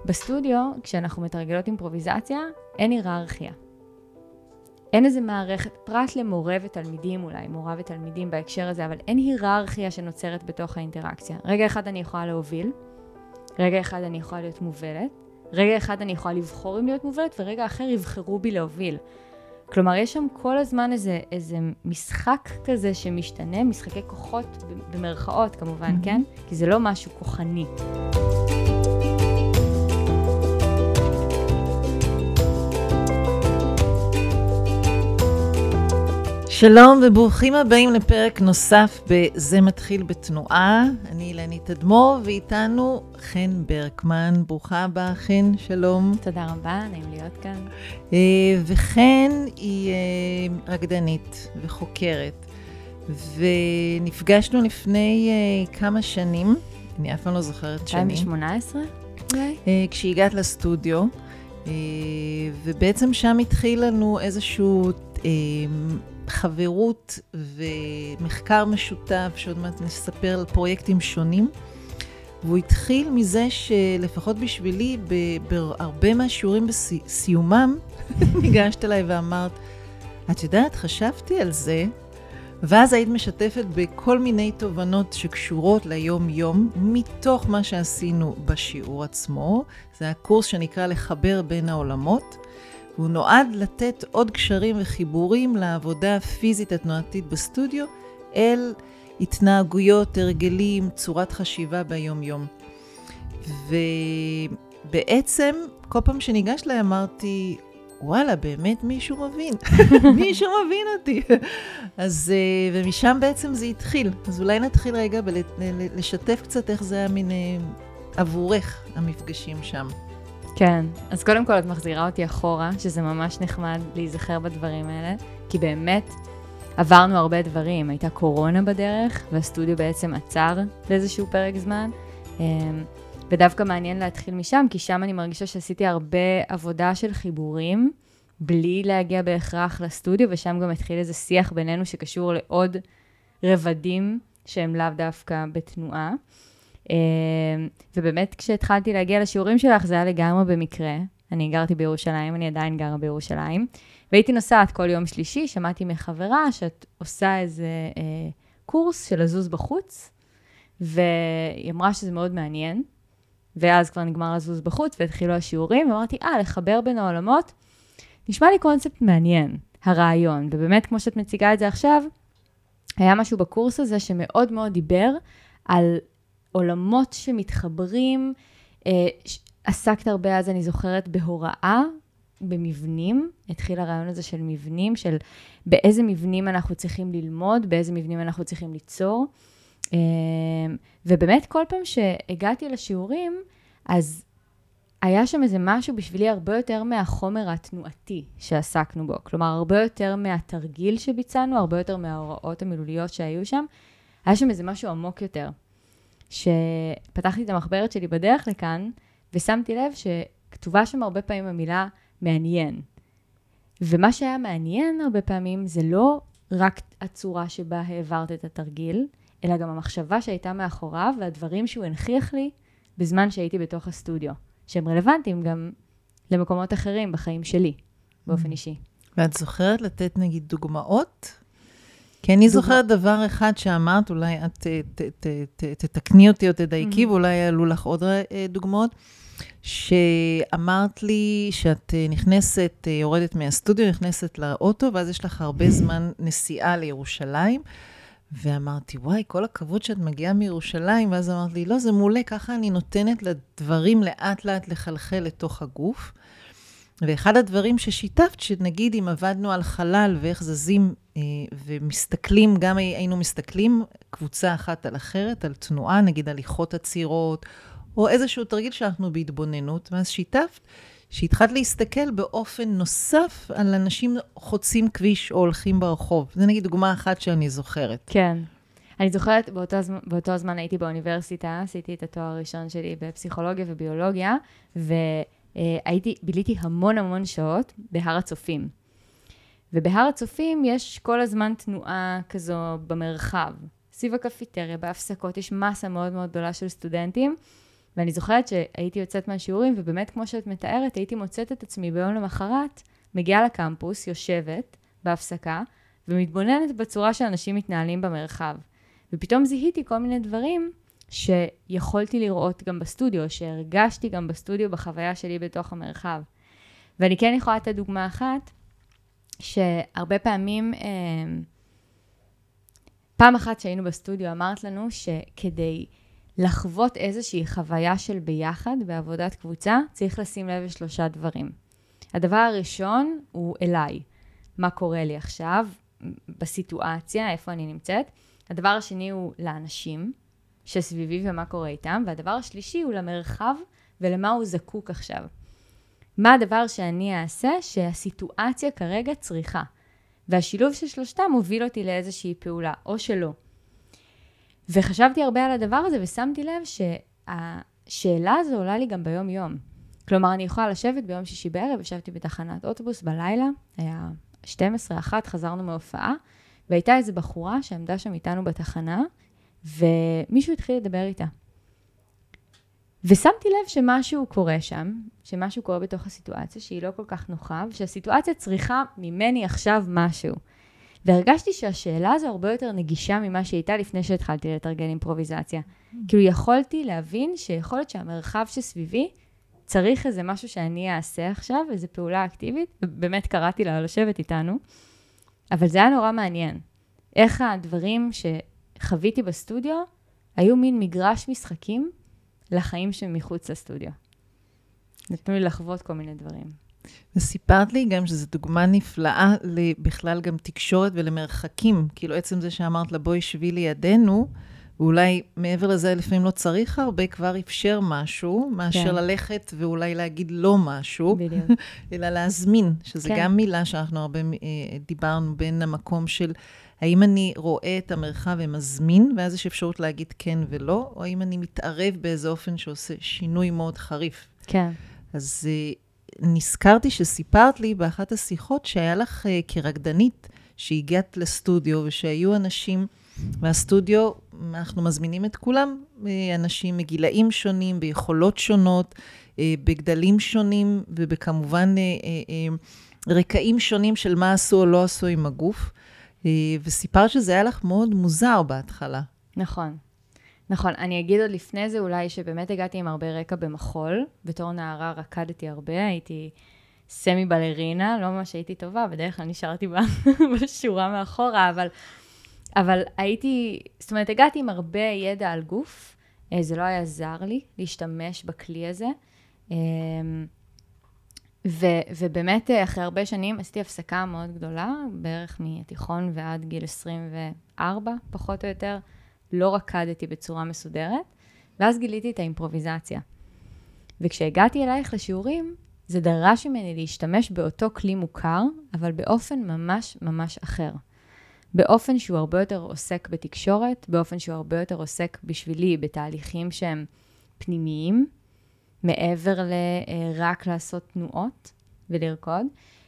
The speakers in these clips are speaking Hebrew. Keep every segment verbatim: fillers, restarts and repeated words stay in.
בסטודיו, כשאנחנו מתרגלות אימפרוביזציה, אין היררכיה. אין איזה מערכת, פרט למורה ותלמידים אולי, מורה ותלמידים בהקשר הזה, אבל אין היררכיה שנוצרת בתוך האינטראקציה. רגע אחד אני יכולה להוביל, רגע אחד אני יכולה להיות מובלת, רגע אחד אני יכולה לבחור אם להיות מובלת, ורגע אחר יבחרו בי להוביל. כלומר, יש שם כל הזמן איזה, איזה משחק כזה שמשתנה, משחקי כוחות, במרכאות כמובן, mm-hmm. כן? כי זה לא משהו כוחני. שלום וברוכים הבאים לפרק נוסף ב"זה מתחיל בתנועה". אני אילני תדמור ואיתנו חן ברקמן. ברוכה הבאה חן, שלום. תודה רבה, נעים להיות כאן. וחן היא רקדנית וחוקרת, ונפגשנו לפני כמה שנים, אני אף פעם לא זוכרת שנים. אלפיים שמונה עשרה אולי? כשהגעת לסטודיו, ובעצם שם התחיל לנו איזשהו חברות ומחקר משותף, שעוד מעט נספר על פרויקטים שונים. והוא התחיל מזה שלפחות בשבילי, בהרבה מהשיעורים בסיומם, ניגשת אליי ואמרת, את יודעת, חשבתי על זה, ואז היית משתפת בכל מיני תובנות שקשורות ליום-יום, מתוך מה שעשינו בשיעור עצמו. זה הקורס שנקרא לחבר בין העולמות, והוא נועד לתת עוד קשרים וחיבורים לעבודה הפיזית התנועתית בסטודיו, אל התנהגויות, הרגלים, צורת חשיבה ביום-יום. ובעצם, כל פעם שניגש לה אמרתי, וואלה, באמת מישהו מבין. מישהו מבין אותי. אז, ומשם בעצם זה התחיל. אז אולי נתחיל רגע לשתף קצת איך זה היה מן עבורך המפגשים שם. כן, אז קודם כל את מחזירה אותי אחורה, שזה ממש נחמד להיזכר בדברים האלה, כי באמת עברנו הרבה דברים. הייתה קורונה בדרך, והסטודיו בעצם עצר לאיזשהו פרק זמן, ודווקא מעניין להתחיל משם, כי שם אני מרגישה שעשיתי הרבה עבודה של חיבורים, בלי להגיע בהכרח לסטודיו, ושם גם התחיל איזה שיח בינינו שקשור לעוד רבדים שהם לאו דווקא בתנועה. ובאמת כשהתחלתי להגיע לשיעורים שלך זה היה לגמרי במקרה. אני גרתי בירושלים, אני עדיין גרה בירושלים, והייתי נוסעת כל יום שלישי, שמעתי מחברה שאת עושה איזה אה, קורס של לזוז בחוץ, והיא אמרה שזה מאוד מעניין, ואז כבר נגמר לזוז בחוץ והתחילו השיעורים, ואמרתי, אה, לחבר בין העולמות, נשמע לי קונספט מעניין, הרעיון, ובאמת כמו שאת מציגה את זה עכשיו, היה משהו בקורס הזה שמאוד מאוד דיבר על עולמות שמתחברים, אה, עסקת הרבה אז, אני זוכרת, בהוראה, במבנים, התחיל הרעיון הזה של מבנים, של באיזה מבנים אנחנו צריכים ללמוד, באיזה מבנים אנחנו צריכים ליצור, אה, ובאמת כל פעם שהגעתי לשיעורים, אז היה שם איזה משהו בשבילי הרבה יותר מהחומר התנועתי שעסקנו בו, כלומר הרבה יותר מהתרגיל שביצענו, הרבה יותר מההוראות המילוליות שהיו שם, היה שם איזה משהו עמוק יותר. שפתחתי את המחברת שלי בדרך לכאן, ושמתי לב שכתובה שם הרבה פעמים המילה מעניין. ומה שהיה מעניין הרבה פעמים, זה לא רק הצורה שבה העברת את התרגיל, אלא גם המחשבה שהייתה מאחוריו, והדברים שהוא הנכיח לי בזמן שהייתי בתוך הסטודיו, שהם רלוונטיים גם למקומות אחרים בחיים שלי, באופן אישי. ואת זוכרת לתת נגיד דוגמאות? כי אני זוכרת דבר אחד שאמרת, אולי את תתקני אותי או תדייקי, ואולי יעלו לך עוד דוגמאות, שאמרת לי שאת נכנסת, יורדת מהסטודיו, נכנסת לאוטו, ואז יש לך הרבה זמן נסיעה לירושלים, ואמרתי, וואי, כל הכבוד שאת מגיעה מירושלים, ואז אמרת לי, לא, זה מעולה, ככה אני נותנת לדברים לאט לאט לחלחל לתוך הגוף, ואחד הדברים ששיתפת, שנגיד אם עבדנו על חלל ואיך זזים אה, ומסתכלים, גם היינו מסתכלים קבוצה אחת על אחרת, על תנועה, נגיד הליכות עצירות, או איזשהו תרגיל שאנחנו בהתבוננות, ואז שיתפת, שהתחלת להסתכל באופן נוסף על אנשים חוצים כביש או הולכים ברחוב. זה נגיד דוגמה אחת שאני זוכרת. כן. אני זוכרת, באותו, באותו הזמן הייתי באוניברסיטה, עשיתי את התואר הראשון שלי בפסיכולוגיה וביולוגיה, ו... הייתי, ביליתי המון המון שעות בהר הצופים. ובהר הצופים יש כל הזמן תנועה כזו במרחב. סביב הקפיטריה, בהפסקות, יש מסה מאוד מאוד גדולה של סטודנטים, ואני זוכרת שהייתי יוצאת מהשיעורים, ובאמת כמו שאת מתארת, הייתי מוצאת את עצמי ביום למחרת, מגיעה לקמפוס, יושבת בהפסקה, ומתבוננת בצורה שאנשים מתנהלים במרחב. ופתאום זיהיתי כל מיני דברים שיכולתי לראות גם בסטודיו, שהרגשתי גם בסטודיו בחוויה שלי בתוך המרחב. ואני כן יכולה לתת דוגמה אחת, שהרבה פעמים, פעם אחת שהיינו בסטודיו, אמרת לנו שכדי לחוות איזושהי חוויה של ביחד בעבודת קבוצה, צריך לשים לב לשלושה דברים. הדבר הראשון הוא אליי. מה קורה לי עכשיו בסיטואציה, איפה אני נמצאת. הדבר השני הוא לאנשים שסביבי ומה קורה איתם. והדבר השלישי הוא למרחב ולמה הוא זקוק עכשיו. מה הדבר שאני אעשה שהסיטואציה כרגע צריכה. והשילוב של שלושתם מוביל אותי לאיזושהי פעולה, או שלא. וחשבתי הרבה על הדבר הזה, ושמתי לב שהשאלה הזו עולה לי גם ביום יום. כלומר, אני יכולה לשבת ביום שישי בערב, ישבתי בתחנת אוטובוס בלילה, היה שתים עשרה אחת, חזרנו מהופעה, והייתה איזו בחורה שעמדה שם איתנו בתחנה, ומישהו התחיל לדבר איתה. ושמתי לב שמשהו קורה שם, שמשהו קורה בתוך הסיטואציה, שהיא לא כל כך נוחה, ושהסיטואציה צריכה ממני עכשיו משהו. והרגשתי שהשאלה הזו הרבה יותר נגישה ממה שהייתה לפני שהתחלתי לתרגל אימפרוביזציה. Mm. כאילו יכולתי להבין שיכול להיות שהמרחב שסביבי צריך איזה משהו שאני אעשה עכשיו, איזו פעולה אקטיבית, ובאמת קראתי לה לשבת איתנו, אבל זה היה נורא מעניין. איך הדברים שחוויתי בסטודיו היו מין מגרש משחקים לחיים שמחוץ לסטודיו. נתנו לי לחוות כל מיני דברים. וסיפרת לי גם שזו דוגמה נפלאה בכלל גם תקשורת ולמרחקים. כאילו עצם זה שאמרת לה בואי שבי לידינו, ואולי מעבר לזה לפעמים לא צריך הרבה, כבר אפשר משהו, מאשר כן. ללכת ואולי להגיד לא משהו, בדיוק. אלא להזמין, שזה כן. גם מילה שאנחנו הרבה דיברנו בין המקום של האם אני רואה את המרחב ומזמין, ואז יש אפשרות להגיד כן ולא, או האם אני מתערב באיזה אופן שעושה שינוי מאוד חריף. כן. אז נזכרתי שסיפרת לי באחת השיחות שהיה לך כרקדנית, שהגעת לסטודיו ושהיו אנשים מהסטודיו, אנחנו מזמינים את כולם, אנשים מגילאים שונים, ביכולות שונות, בגדלים שונים, ובכמובן רקעים שונים של מה עשו או לא עשו עם הגוף. וסיפרת שזה היה לך מאוד מוזר בהתחלה. נכון. נכון, אני אגיד עוד לפני זה אולי שבאמת הגעתי עם הרבה רקע במחול, בתור נערה רקדתי הרבה, הייתי סמי בלרינה, לא ממש הייתי טובה, בדרך כלל נשארתי בשורה מאחורה, אבל, אבל הייתי, זאת אומרת, הגעתי עם הרבה ידע על גוף, זה לא היה זר לי להשתמש בכלי הזה, ו, ובאמת אחרי הרבה שנים עשיתי הפסקה מאוד גדולה, בערך מהתיכון ועד גיל עשרים וארבע, פחות או יותר, לא רקדתי בצורה מסודרת, ואז גיליתי את האימפרוביזציה. וכשהגעתי אלייך לשיעורים, זה דרש ממני להשתמש באותו כלי מוכר, אבל באופן ממש ממש אחר. באופן שהוא הרבה יותר עוסק בתקשורת, באופן שהוא הרבה יותר עוסק בשבילי בתהליכים שהם פנימיים, מעבר לרק לעשות תנועות ולרקוד.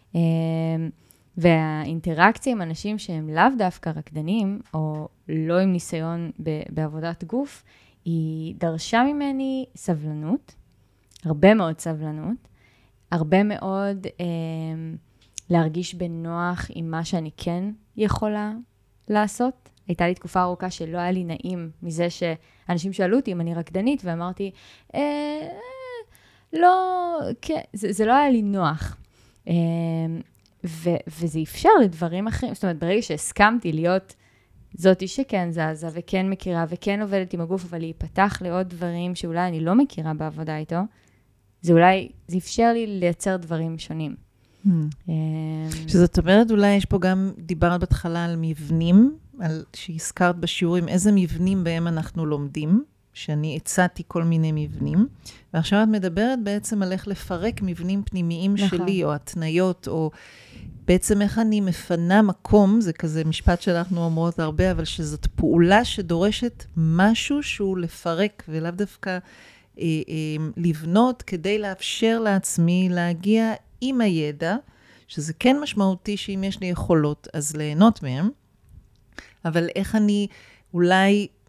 והאינטראקציה עם אנשים שהם לאו דווקא רקדנים, או לא עם ניסיון בעבודת גוף, היא דרשה ממני סבלנות, הרבה מאוד סבלנות, הרבה מאוד אה, להרגיש בנוח עם מה שאני כן יכולה לעשות. הייתה לי תקופה ארוכה שלא היה לי נעים מזה שאנשים שאלו אותי אם אני רקדנית, ואמרתי, אה, לא, כן, זה, זה לא היה לי נוח. אה, ו- וזה אפשר לדברים אחרים, זאת אומרת, ברגע שהסכמתי להיות זאתי שכן זזה, וכן מכירה, וכן עובדת עם הגוף, אבל להיפתח לעוד דברים שאולי אני לא מכירה בעבודה איתו, זה אולי, זה אפשר לי לייצר דברים שונים. שזאת אומרת, אולי יש פה גם, דיברת בהתחלה על מבנים, על שהזכרת בשיעורים, איזה מבנים בהם אנחנו לומדים, שאני הצעתי כל מיני מבנים, ועכשיו את מדברת בעצם על איך לפרק מבנים פנימיים נכון. שלי, או התניות, או בעצם איך אני מפנה מקום, זה כזה משפט שאנחנו אומרות הרבה, אבל שזאת פעולה שדורשת משהו שהוא לפרק, ולאו דווקא אה, אה, לבנות, כדי לאפשר לעצמי להגיע עם הידע, שזה כן משמעותי שאם יש לי יכולות, אז ליהנות מהם, אבל איך אני אולי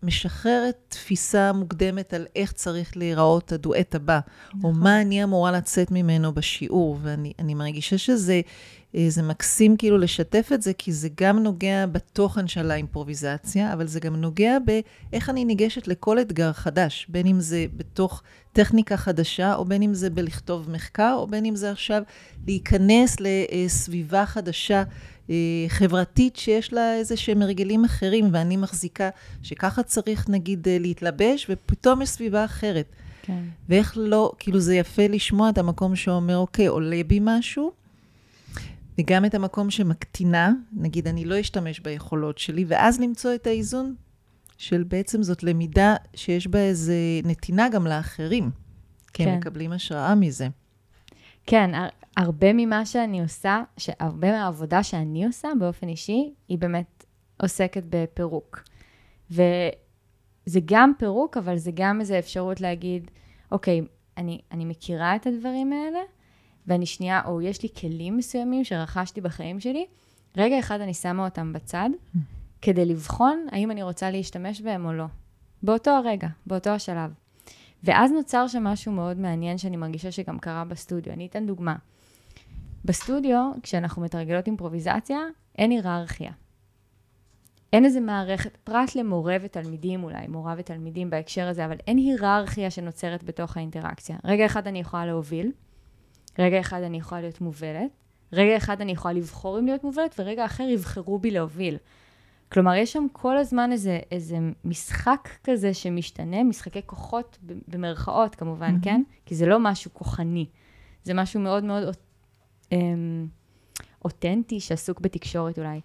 משחררת תפיסה מוקדמת על איך צריך להיראות הדואט הבא, נכון. או מה אני אמורה לצאת ממנו בשיעור, ואני אני מרגישה שזה זה מקסים כאילו לשתף את זה, כי זה גם נוגע בתוכן של האימפרוביזציה, אבל זה גם נוגע באיך אני ניגשת לכל אתגר חדש, בין אם זה בתוך טכניקה חדשה, או בין אם זה בלכתוב מחקר, או בין אם זה עכשיו להיכנס לסביבה חדשה, חברתית שיש לה איזה שהם הרגלים אחרים, ואני מחזיקה שככה צריך נגיד להתלבש, ופתאום יש סביבה אחרת. כן. ואיך לא, כאילו זה יפה לשמוע את המקום שאומר, אוקיי, עולה בי משהו, וגם את המקום שמקטינה, נגיד אני לא אשתמש ביכולות שלי, ואז למצוא את האיזון של בעצם זאת למידה שיש בה איזה נתינה גם לאחרים, כי הם מקבלים השראה מזה. כן, הרבה ממה שאני עושה, הרבה מהעבודה שאני עושה באופן אישי, היא באמת עוסקת בפירוק. וזה גם פירוק, אבל זה גם איזו אפשרות להגיד, אוקיי, אני, אני מכירה את הדברים האלה, ואני שנייה, או יש לי כלים מסוימים שרכשתי בחיים שלי, רגע אחד אני שמה אותם בצד, כדי לבחון האם אני רוצה להשתמש בהם או לא. באותו הרגע, באותו השלב. ואז נוצר שם משהו מאוד מעניין שאני מרגישה שגם קרה בסטודיו. אני אתן דוגמה. בסטודיו, כשאנחנו מתרגלות אימפרוביזציה, אין היררכיה. אין איזה מערכת, פרט למורה ותלמידים אולי, מורה ותלמידים בהקשר הזה, אבל אין היררכיה שנוצרת בתוך האינטראקציה. רגע אחד אני יכולה להוביל, רגע אחד אני יכולה להיות מובלת, רגע אחד אני יכולה לבחור אם להיות מובלת, ורגע אחר יבחרו בי להוביל. כלומר, יש שם כל הזמן איזה, איזה משחק כזה שמשתנה, משחקי כוחות במרכאות כמובן, mm-hmm. כן? כי זה לא משהו כוחני. זה משהו מאוד מאוד אמ, אותנטי, שעסוק בתקשורת אולי.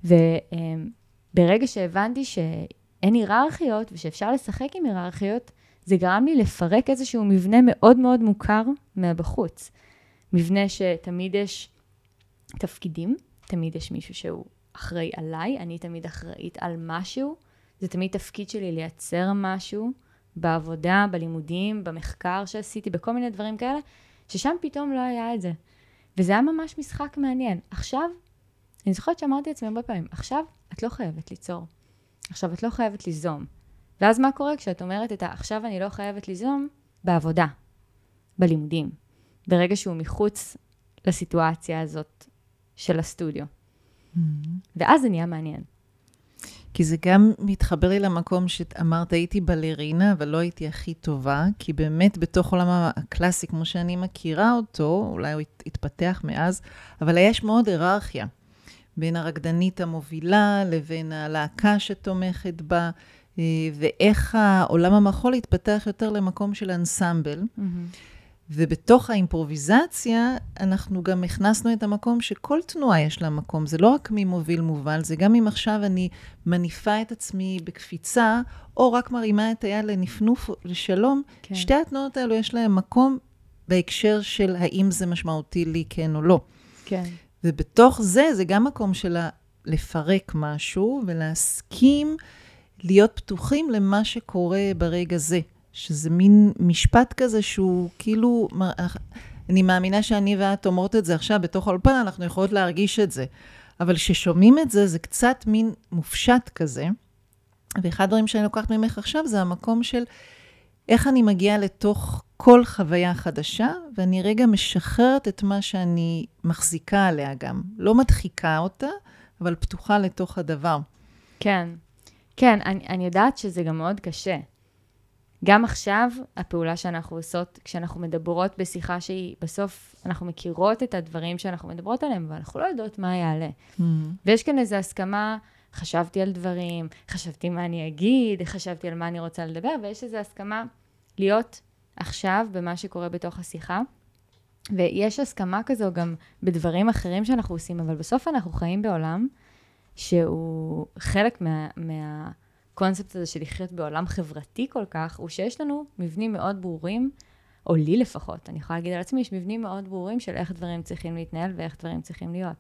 וברגע שהבנתי שאין היררכיות, ושאפשר לשחק עם היררכיות, זה גרם לי לפרק איזשהו מבנה מאוד מאוד מוכר מהבחוץ. מבנה שתמיד יש תפקידים, תמיד יש מישהו שהוא אחראי עליי, אני תמיד אחראית על משהו, זה תמיד תפקיד שלי לייצר משהו בעבודה, בלימודים, במחקר שעשיתי, בכל מיני דברים כאלה, ששם פתאום לא היה את זה. וזה היה ממש משחק מעניין. עכשיו, אני זוכרת שאמרתי לעצמי הרבה פעמים, עכשיו את לא חייבת ליצור, עכשיו את לא חייבת ליזום. ואז מה קורה כשאת אומרת את ה, עכשיו אני לא חייבת ליזום, בעבודה, בלימודים, ברגע שהוא מחוץ לסיטואציה הזאת של הסטודיו. ואז זה נהיה מעניין. כי זה גם מתחבר לי למקום שאמרת, הייתי בלרינה, אבל לא הייתי הכי טובה, כי באמת בתוך עולם הקלאסי, כמו שאני מכירה אותו, אולי הוא התפתח מאז, אבל יש מאוד היררכיה, בין הרקדנית המובילה, לבין הלהקה שתומכת בה, ואיך העולם המחול התפתח יותר למקום של אנסמבל, mm-hmm. ובתוך האימפרוביזציה, אנחנו גם הכנסנו את המקום שכל תנועה יש לה מקום. זה לא רק מי מוביל מובל, זה גם אם עכשיו אני מניפה את עצמי בקפיצה, או רק מרימה את היד לנפנוף לשלום. כן. שתי התנועות האלו יש להן מקום בהקשר של האם זה משמעותי לי כן או לא. כן. ובתוך זה, זה גם מקום של לפרק משהו, ולהסכים להיות פתוחים למה שקורה ברגע זה. שזה מין משפט כזה שהוא כאילו, אני מאמינה שאני ואת אומרות את זה עכשיו בתוך האולפן, אנחנו יכולות להרגיש את זה. אבל כששומעים את זה, זה קצת מין מופשט כזה. ואחד הדברים שאני לוקחת ממך עכשיו, זה המקום של איך אני מגיעה לתוך כל חוויה חדשה, ואני רגע משחררת את מה שאני מחזיקה עליה גם. לא מדחיקה אותה, אבל פתוחה לתוך הדבר. כן, כן, אני, אני יודעת שזה גם מאוד קשה. גם עכשיו, הפעולה שאנחנו עושות, כשאנחנו מדברות בשיחה שהיא, בסוף אנחנו מכירות את הדברים שאנחנו מדברות עליהם, ואנחנו לא יודעות מה יעלה. Mm-hmm. ויש כאן איזו הסכמה, חשבתי על דברים, חשבתי מה אני אגיד, חשבתי על מה אני רוצה לדבר, ויש איזו הסכמה להיות עכשיו במה שקורה בתוך השיחה. ויש הסכמה כזו גם בדברים אחרים שאנחנו עושים, אבל בסוף אנחנו חיים בעולם שהוא חלק מה... מה הקונספט הזה של לחיות בעולם חברתי כל כך, הוא שיש לנו מבנים מאוד ברורים, או לי לפחות, אני יכולה להגיד על עצמי, יש מבנים מאוד ברורים של איך דברים צריכים להתנהל ואיך דברים צריכים להיות.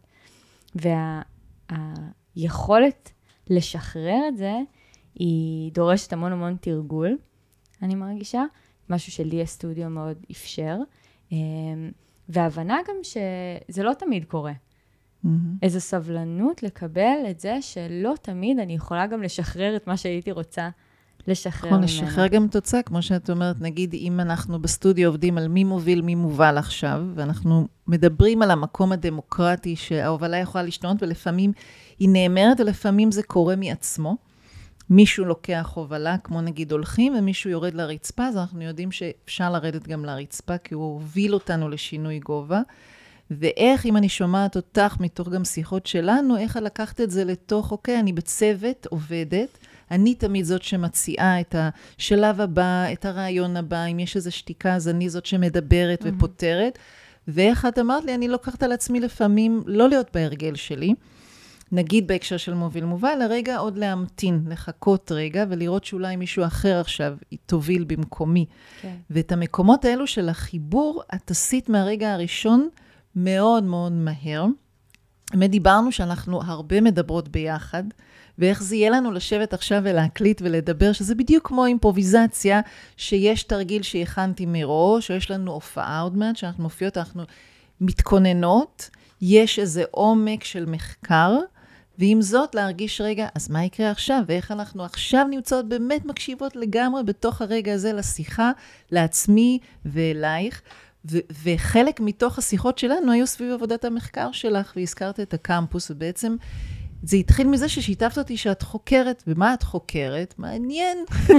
והיכולת לשחרר את זה, היא דורשת המון המון תרגול, אני מרגישה, משהו שלי הסטודיו מאוד אפשר, והבנה גם שזה לא תמיד קורה. Mm-hmm. איזו סבלנות לקבל את זה שלא תמיד אני יכולה גם לשחרר את מה שהייתי רוצה לשחרר ממנו. ממנו. לשחרר גם תוצאה, כמו שאת אומרת, נגיד אם אנחנו בסטודיו עובדים על מי מוביל, מי מובל עכשיו, ואנחנו מדברים על המקום הדמוקרטי שההובלה יכולה להשתנות, ולפעמים היא נאמרת, ולפעמים זה קורה מעצמו. מישהו לוקח הובלה, כמו נגיד הולכים, ומישהו יורד לרצפה, אז אנחנו יודעים שאפשר לרדת גם לרצפה, כי הוא הוביל אותנו לשינוי גובה. ואיך, אם אני שומעת אותך מתוך גם שיחות שלנו, איך לקחת את זה לתוך, אוקיי, אני בצוות עובדת, אני תמיד זאת שמציעה את השלב הבא, את הרעיון הבא, אם יש איזו שתיקה, אז אני זאת שמדברת mm-hmm. ופותרת. ואיך את אמרת לי, אני לוקחת על עצמי לפעמים לא להיות בהרגל שלי, נגיד בהקשר של מוביל מובל, לרגע עוד להמתין, לחכות רגע, ולראות שאולי מישהו אחר עכשיו תוביל במקומי. כן. ואת המקומות האלו של החיבור, את עשית מהרגע הראשון מאוד מאוד מהר. באמת דיברנו שאנחנו הרבה מדברות ביחד, ואיך זה יהיה לנו לשבת עכשיו ולהקליט ולדבר, שזה בדיוק כמו אימפרוביזציה, שיש תרגיל שהכנתי מראש, או יש לנו הופעה עוד מעט, שאנחנו מופיעות, אנחנו מתכוננות, יש איזה עומק של מחקר, ועם זאת להרגיש רגע, אז מה יקרה עכשיו? ואיך אנחנו עכשיו נמצאות באמת מקשיבות לגמרי בתוך הרגע הזה לשיחה, לעצמי ואלייך, ו- וחלק מתוך השיחות שלנו היו סביב עבודת המחקר שלך, והזכרת את הקמפוס, ובעצם זה התחיל מזה ששיתפת אותי שאת חוקרת, ומה את חוקרת? מעניין.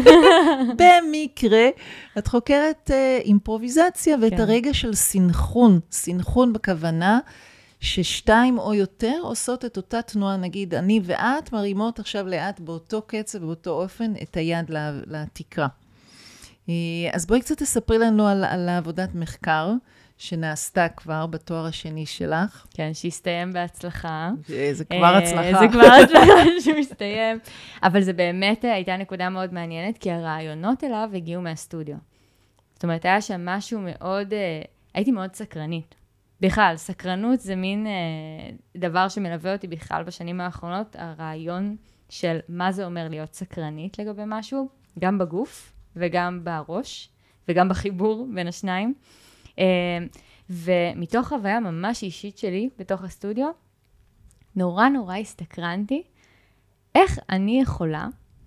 במקרה, את חוקרת uh, אימפרוביזציה, ואת כן. הרגע של סינכרון, סינכרון בכוונה, ששתיים או יותר עושות את אותה תנועה, נגיד, אני ואת מרימות עכשיו לאט באותו קצב, באותו אופן, את היד לתקרה. אז בואי קצת תספרי לנו על, על העבודת מחקר, שנעשתה כבר בתואר השני שלך. כן, שהסתיים בהצלחה. זה כבר הצלחה. זה כבר הצלחה שמסתיים. אבל זה באמת הייתה נקודה מאוד מעניינת, כי הרעיונות אליו הגיעו מהסטודיו. זאת אומרת, היה שם משהו מאוד, הייתי מאוד סקרנית. בכלל, סקרנות זה מין דבר שמלווה אותי בכלל בשנים האחרונות, הרעיון של מה זה אומר להיות סקרנית לגבי משהו, גם בגוף וגם בראש, וגם בחיבור בין השניים. ומתוך חוויה ממש אישית שלי בתוך הסטודיו, נורא נורא הסתקרנתי, איך אני יכולה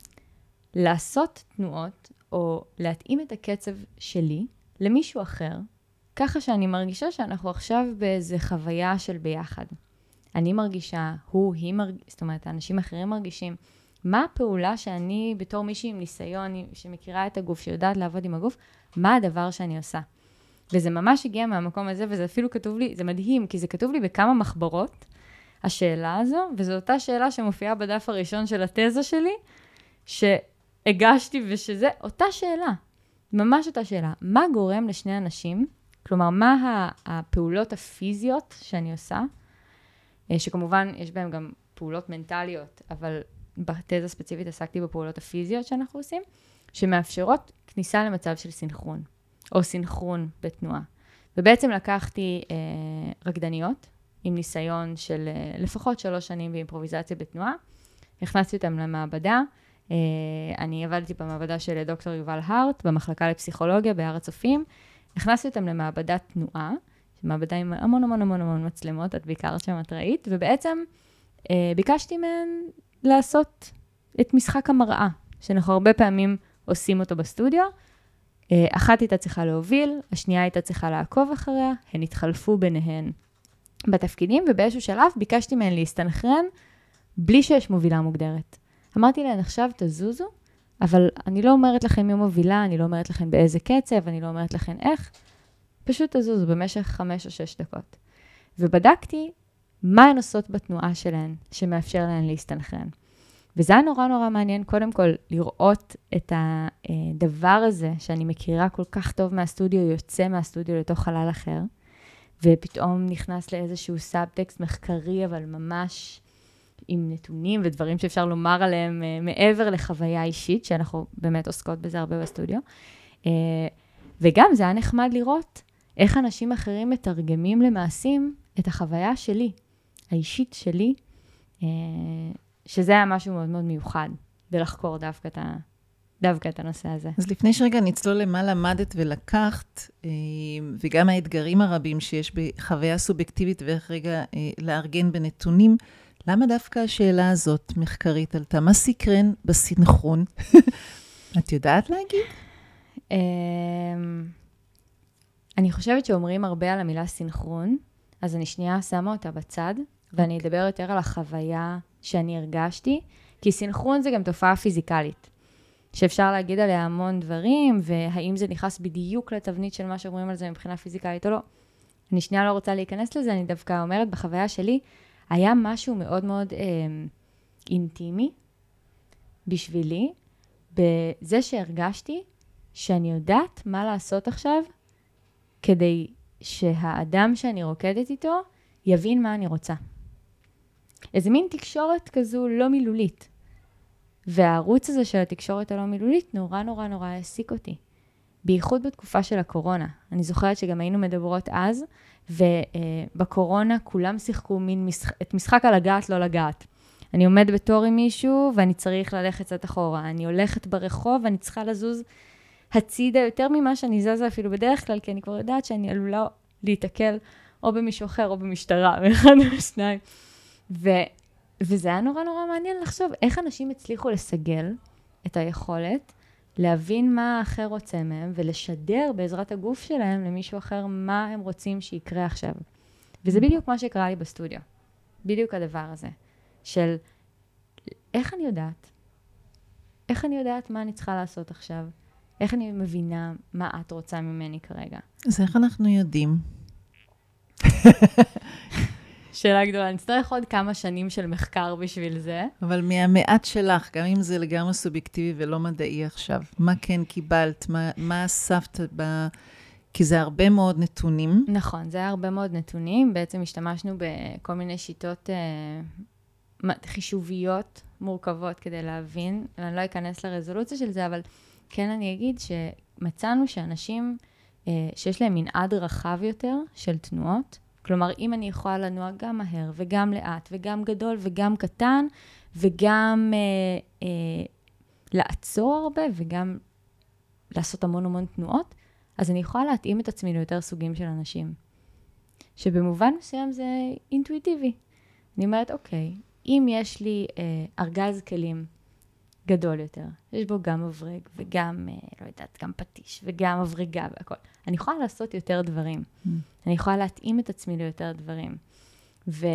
לעשות תנועות, או להתאים את הקצב שלי למישהו אחר, ככה שאני מרגישה שאנחנו עכשיו באיזו חוויה של ביחד. אני מרגישה, הוא, היא מרגישה, זאת אומרת, האנשים אחרים מרגישים, מה הפעולה שאני בתור מישהי עם ניסיון, שמכירה את הגוף, שיודעת לעבוד עם הגוף, מה הדבר שאני עושה? וזה ממש הגיע מהמקום הזה, וזה אפילו כתוב לי, זה מדהים, כי זה כתוב לי בכמה מחברות, השאלה הזו, וזו אותה שאלה שמופיעה בדף הראשון של התזה שלי, שהגשתי ושזה, אותה שאלה, ממש אותה שאלה, מה גורם לשני אנשים, כלומר, מה הפעולות הפיזיות שאני עושה, שכמובן יש בהם גם פעולות מנטליות, אבל בתזה ספציפית עסקתי בפעולות הפיזיות שאנחנו עושים, שמאפשרות כניסה למצב של סינכרון, או סינכרון בתנועה. ובעצם לקחתי אה, רקדניות, עם ניסיון של אה, לפחות שלוש שנים באימפרוביזציה בתנועה, הכנסתי אותם למעבדה, אה, אני עבדתי במעבדה של דוקטור יובל הרט, במחלקה לפסיכולוגיה בהר הצופים, הכנסתי אותם למעבדת תנועה, מעבדה עם המון המון המון המון מצלמות, את בעיקר שם את ראית, ובעצם אה, ביקשתי מהן לעשות את משחק המראה, שאנחנו הרבה פעמים עושים אותו בסטודיו, אה, אחת הייתה צריכה להוביל, השנייה הייתה צריכה לעקוב אחריה, הן התחלפו ביניהן בתפקידים, ובאיזשהו שלב ביקשתי מהן להסתנכרן, בלי שיש מובילה מוגדרת. אמרתי להן, עכשיו תזוזו, אבל אני לא אומרת לכם מי מובילה, אני לא אומרת לכם באיזה קצב, אני לא אומרת לכם איך, פשוט תזוזו במשך חמש או שש דקות. ובדקתי מה הן עושות בתנועה שלהן, שמאפשר להן להסתנכרן. וזה היה נורא נורא מעניין, קודם כל, לראות את הדבר הזה, שאני מכירה כל כך טוב מהסטודיו, יוצא מהסטודיו לתוך חלל אחר, ופתאום נכנס לאיזשהו סאבטקסט מחקרי, אבל ממש עם נתונים ודברים שאפשר לומר עליהם מעבר לחוויה אישית, שאנחנו באמת עוסקות בזה הרבה בסטודיו. וגם זה היה נחמד לראות איך אנשים אחרים מתרגמים למעשים את החוויה שלי, האישית שלי, שזה היה משהו מאוד מאוד מיוחד, ולחקור דווקא את, ה, דווקא את הנושא הזה. אז לפני שרגע נצלול למה למדת ולקחת, וגם האתגרים הרבים שיש בחוויה סובייקטיבית, ואיך רגע לארגן בנתונים, למה דווקא השאלה הזאת מחקרית עלתה? מה סקרן בסינכרון? את יודעת להגיד? אני חושבת שאומרים הרבה על המילה סינכרון, אז אני שנייה שמה אותה בצד, ואני אדבר יותר על החוויה שאני הרגשתי, כי סינכרון זה גם תופעה פיזיקלית, שאפשר להגיד עליה המון דברים, והאם זה נכנס בדיוק לתבנית של מה שאומרים על זה מבחינה פיזיקלית או לא. אני שנייה לא רוצה להיכנס לזה, אני דווקא אומרת, בחוויה שלי, היה משהו מאוד מאוד אה, אינטימי בשבילי, בזה שהרגשתי שאני יודעת מה לעשות עכשיו, כדי שהאדם שאני רוקדת איתו יבין מה אני רוצה. איזה מין תקשורת כזו לא מילולית. והערוץ הזה של התקשורת הלא מילולית נורא נורא נורא העסיק אותי. בייחוד בתקופה של הקורונה. אני זוכרת שגם היינו מדברות אז, ובקורונה כולם שיחקו מין משחק, את משחק על לגעת לא לגעת. אני עומד בתור עם מישהו ואני צריך ללכת קצת אחורה. אני הולכת ברחוב ואני צריכה לזוז הצידה יותר ממה שאני זזה אפילו בדרך כלל, כי אני כבר יודעת שאני עלולה להתעכל או במישהו אחר או במשטרה, באחד או שניים. ו... וזה היה נורא נורא מעניין לחשוב איך אנשים הצליחו לסגל את היכולת, להבין מה האחר רוצה מהם, ולשדר בעזרת הגוף שלהם למישהו אחר מה הם רוצים שיקרה עכשיו. וזה בדיוק מה שקרה לי בסטודיו. בדיוק הדבר הזה. של איך אני יודעת? איך אני יודעת מה אני צריכה לעשות עכשיו? איך אני מבינה מה את רוצה ממני כרגע? אז איך אנחנו יודעים? שאלה גדולה, נצטרך עוד כמה שנים של מחקר בשביל זה. אבל מהמעט שלך, גם אם זה לגמרי סובייקטיבי ולא מדעי עכשיו, מה כן קיבלת, מה, מה אספת ב... כי זה הרבה מאוד נתונים. נכון, זה היה הרבה מאוד נתונים. בעצם השתמשנו בכל מיני שיטות אה, חישוביות מורכבות כדי להבין. אני לא אכנס לרזולוציה של זה, אבל כן אני אגיד שמצאנו שאנשים אה, שיש להם מנעד רחב יותר של תנועות, כלומר, אם אני יכולה לנוע גם מהר, וגם לאט, וגם גדול, וגם קטן, וגם אה, אה, לעצור הרבה, וגם לעשות המון המון תנועות, אז אני יכולה להתאים את עצמי ליותר סוגים של אנשים. שבמובן מסוים זה אינטואיטיבי. אני אומרת, אוקיי, אם יש לי אה, ארגז כלים גדול יותר, יש בו גם מברג, וגם, אה, לא יודעת, גם פטיש, וגם מברגה והכל. אני יכולה לעשות יותר דברים. Mm. אני יכולה להתאים את עצמי ליותר דברים. ו...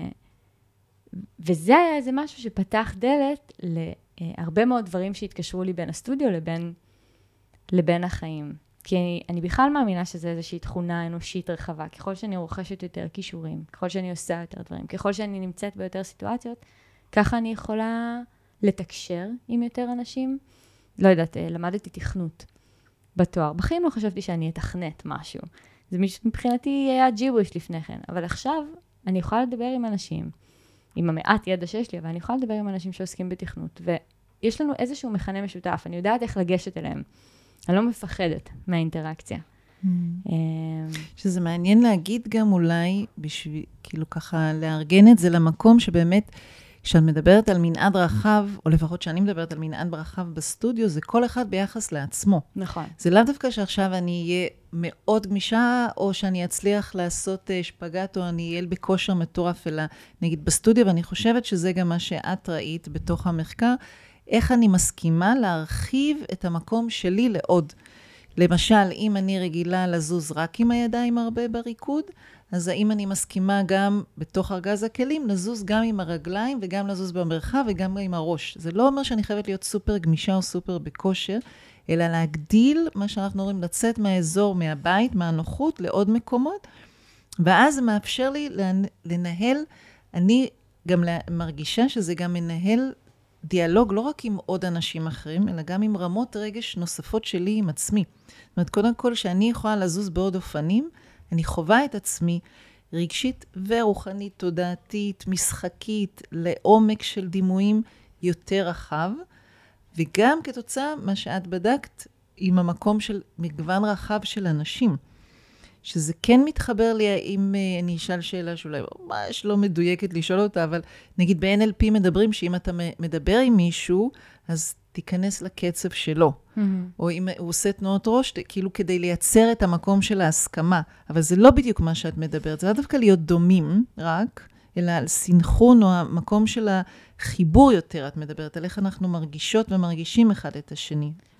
וזה היה איזה משהו שפתח דלת להרבה מאוד דברים שהתקשרו לי בין הסטודיו לבין, לבין החיים. כי אני, אני בכלל מאמינה שזה איזושהי תכונה אנושית רחבה. ככל שאני רוכשת יותר כישורים, ככל שאני עושה יותר דברים, ככל שאני נמצאת ביותר סיטואציות, ככה אני יכולה לתקשר עם יותר אנשים. לא יודעת, למדתי תכנות בתואר. בחיים לא חשבתי שאני אתכנת משהו. זה מבחינתי היה ג'יבריש לפני כן. אבל עכשיו אני יכולה לדבר עם אנשים, עם המעט ידע שיש לי, אבל אני יכולה לדבר עם אנשים שעוסקים בתכנות. ויש לנו איזשהו מכנה משותף. אני יודעת איך לגשת אליהם. אני לא מפחדת מהאינטראקציה. שזה מעניין להגיד גם אולי, בשביל, כאילו ככה, לארגן את זה למקום שבאמת, כשאת מדברת על מנעד רחב, או לפחות שאני מדברת על מנעד רחב בסטודיו, זה כל אחד ביחס לעצמו. נכון. זה לאו דווקא שעכשיו אני אהיה מאוד גמישה, או שאני אצליח לעשות שפגט, או אני אהיה בכושר מטורף, אלא נגיד בסטודיו, ואני חושבת שזה גם מה שאת ראית בתוך המחקר, איך אני מסכימה להרחיב את המקום שלי לעוד. למשל, אם אני רגילה לזוז רק עם הידיים הרבה בריקוד, אז האם אני מסכימה גם בתוך ארגז הכלים, לזוז גם עם הרגליים וגם לזוז במרחב וגם עם הראש. זה לא אומר שאני חייבת להיות סופר גמישה או סופר בכושר, אלא להגדיל מה שאנחנו אומרים, לצאת מהאזור, מהבית, מהנוחות לעוד מקומות, ואז זה מאפשר לי לנהל, אני גם מרגישה שזה גם מנהל דיאלוג לא רק עם עוד אנשים אחרים, אלא גם עם רמות רגש נוספות שלי עם עצמי. זאת אומרת, קודם כל, שאני יכולה לזוז בעוד אופנים, אני חווה את עצמי רגשית ורוחנית, תודעתית, משחקית, לעומק של דימויים יותר רחב, וגם כתוצאה מה שאת בדקת עם המקום של מגוון רחב של אנשים. שזה כן מתחבר לי, אם אני אשאל שאלה שאולי ממש לא מדויקת לשאול אותה, אבל נגיד ב-אן אל פי מדברים שאם אתה מדבר עם מישהו, אז תיכנס לקצב שלו. Mm-hmm. או אם הוא עושה תנועות ראש, כאילו כדי לייצר את המקום של ההסכמה. אבל זה לא בדיוק מה שאת מדברת. זה לא דווקא להיות דומים רק, אלא על סינכרון או המקום של החיבור יותר. את מדברת על איך אנחנו מרגישות ומרגישים אחד את השני.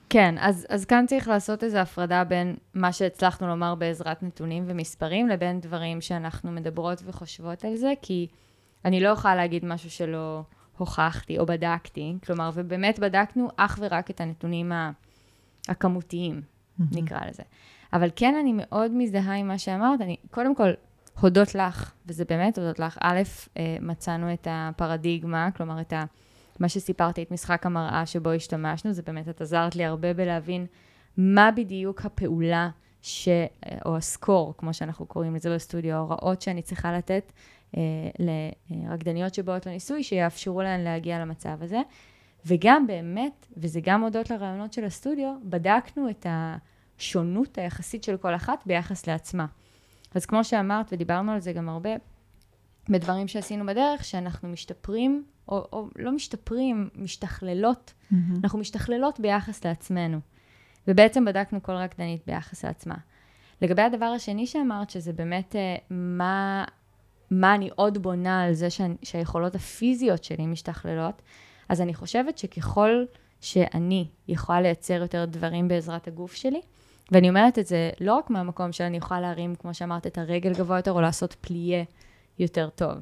כן, אז, אז כאן צריך לעשות איזו הפרדה בין מה שהצלחנו לומר בעזרת נתונים ומספרים, לבין דברים שאנחנו מדברות וחושבות על זה, כי אני לא יכולה להגיד משהו שלא הוכחתי או בדקתי, כלומר, ובאמת בדקנו אך ורק את הנתונים הכמותיים, mm-hmm. נקרא לזה. אבל כן, אני מאוד מזדהה עם מה שאמרת, אני קודם כל הודות לך, וזה באמת הודות לך, א', מצאנו את הפרדיגמה, כלומר, את ה... מה שסיפרתי, את משחק המראה שבו השתמשנו, זה באמת, את עזרת לי הרבה בלהבין מה בדיוק הפעולה, ש... או הסקור, כמו שאנחנו קוראים לזה בסטודיו, ההוראות שאני צריכה לתת אה, לרקדניות שבאות לניסוי, שיאפשרו להן להגיע למצב הזה. וגם באמת, וזה גם הודות לרעיונות של הסטודיו, בדקנו את השונות היחסית של כל אחת ביחס לעצמה. אז כמו שאמרת, ודיברנו על זה גם הרבה, בדברים שעשינו בדרך, שאנחנו משתפרים, או, או לא משתפרים, משתכללות. Mm-hmm. אנחנו משתכללות ביחס לעצמנו. ובעצם בדקנו כל רקדנית ביחס לעצמה. לגבי הדבר השני שאמרת, שזה באמת מה, מה אני עוד בונה על זה שה, שהיכולות הפיזיות שלי משתכללות, אז אני חושבת שככל שאני יכולה לייצר יותר דברים בעזרת הגוף שלי, ואני אומרת את זה לא רק מהמקום שאני יכולה להרים, כמו שאמרת, את הרגל גבוה יותר, או לעשות פליה יותר טוב.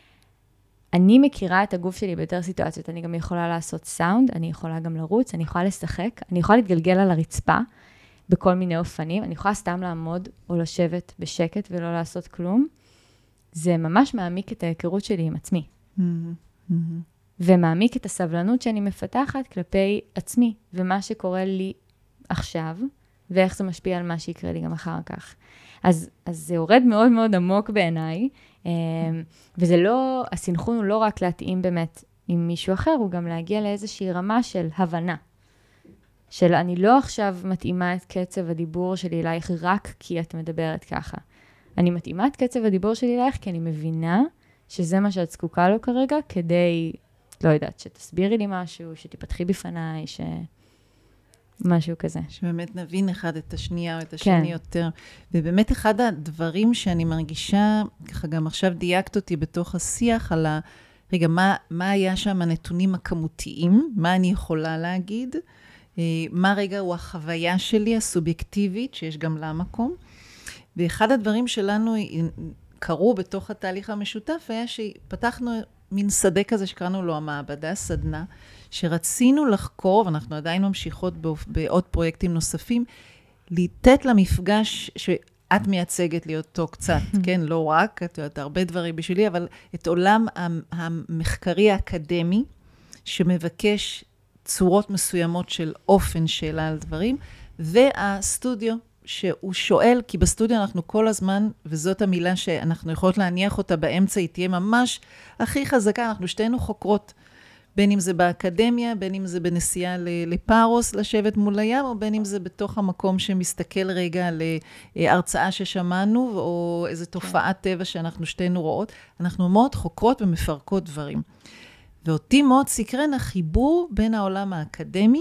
אני מכירה את הגוף שלי ביותר סיטואציות, אני גם יכולה לעשות סאונד, אני יכולה גם לרוץ, אני יכולה לשחק, אני יכולה להתגלגל על הרצפה בכל מיני אופנים, אני יכולה סתם לעמוד או לשבת בשקט ולא לעשות כלום. זה ממש מעמיק את ההיכרות שלי עם עצמי. Mm-hmm. Mm-hmm. ומעמיק את הסבלנות שאני מפתחת כלפי עצמי, ומה שקורה לי עכשיו, ואיך זה משפיע על מה שיקרה לי גם אחר כך. אז, אז זה יורד מאוד מאוד עמוק בעיניי, וזה לא, הסינכרון הוא לא רק להתאים באמת עם מישהו אחר, הוא גם להגיע לאיזושהי רמה של הבנה. של אני לא עכשיו מתאימה את קצב הדיבור שלי אלייך רק כי את מדברת ככה. אני מתאימה את קצב הדיבור שלי אלייך כי אני מבינה שזה מה שאת זקוקה לו כרגע, כדי, לא יודעת, שתסבירי לי משהו, שתפתחי בפניי, ש... משהו כזה. שבאמת נבין אחד את השנייה או את השני כן. יותר. ובאמת אחד הדברים שאני מרגישה, ככה גם עכשיו דייקת אותי בתוך השיח על ה... רגע, מה, מה היה שם הנתונים הכמותיים? מה אני יכולה להגיד? מה רגע הוא החוויה שלי הסובייקטיבית, שיש גם לה מקום? ואחד הדברים שלנו קרו בתוך התהליך המשותף, היה שפתחנו מין שדה כזה שקראנו לו המעבדה, סדנה, שרצינו לחקור, ואנחנו עדיין ממשיכות בעוד פרויקטים נוספים, לתת למפגש שאת מייצגת לי אותו קצת, כן? לא רק, את יודעת, הרבה דברים בשבילי, אבל את עולם המחקרי האקדמי, שמבקש צורות מסוימות של אופן שאלה על דברים, והסטודיו, שהוא שואל, כי בסטודיו אנחנו כל הזמן, וזאת המילה שאנחנו יכולות להניח אותה באמצע, היא תהיה ממש הכי חזקה, אנחנו שתינו חוקרות, בין אם זה באקדמיה, בין אם זה בנסיעה לפארוס, לשבת מול הים, או בין אם זה בתוך המקום שמסתכל רגע להרצאה ששמענו, או איזו תופעת טבע שאנחנו שתינו רואות. אנחנו מאוד חוקרות ומפרקות דברים. ואותי מאוד סקרן החיבור בין העולם האקדמי,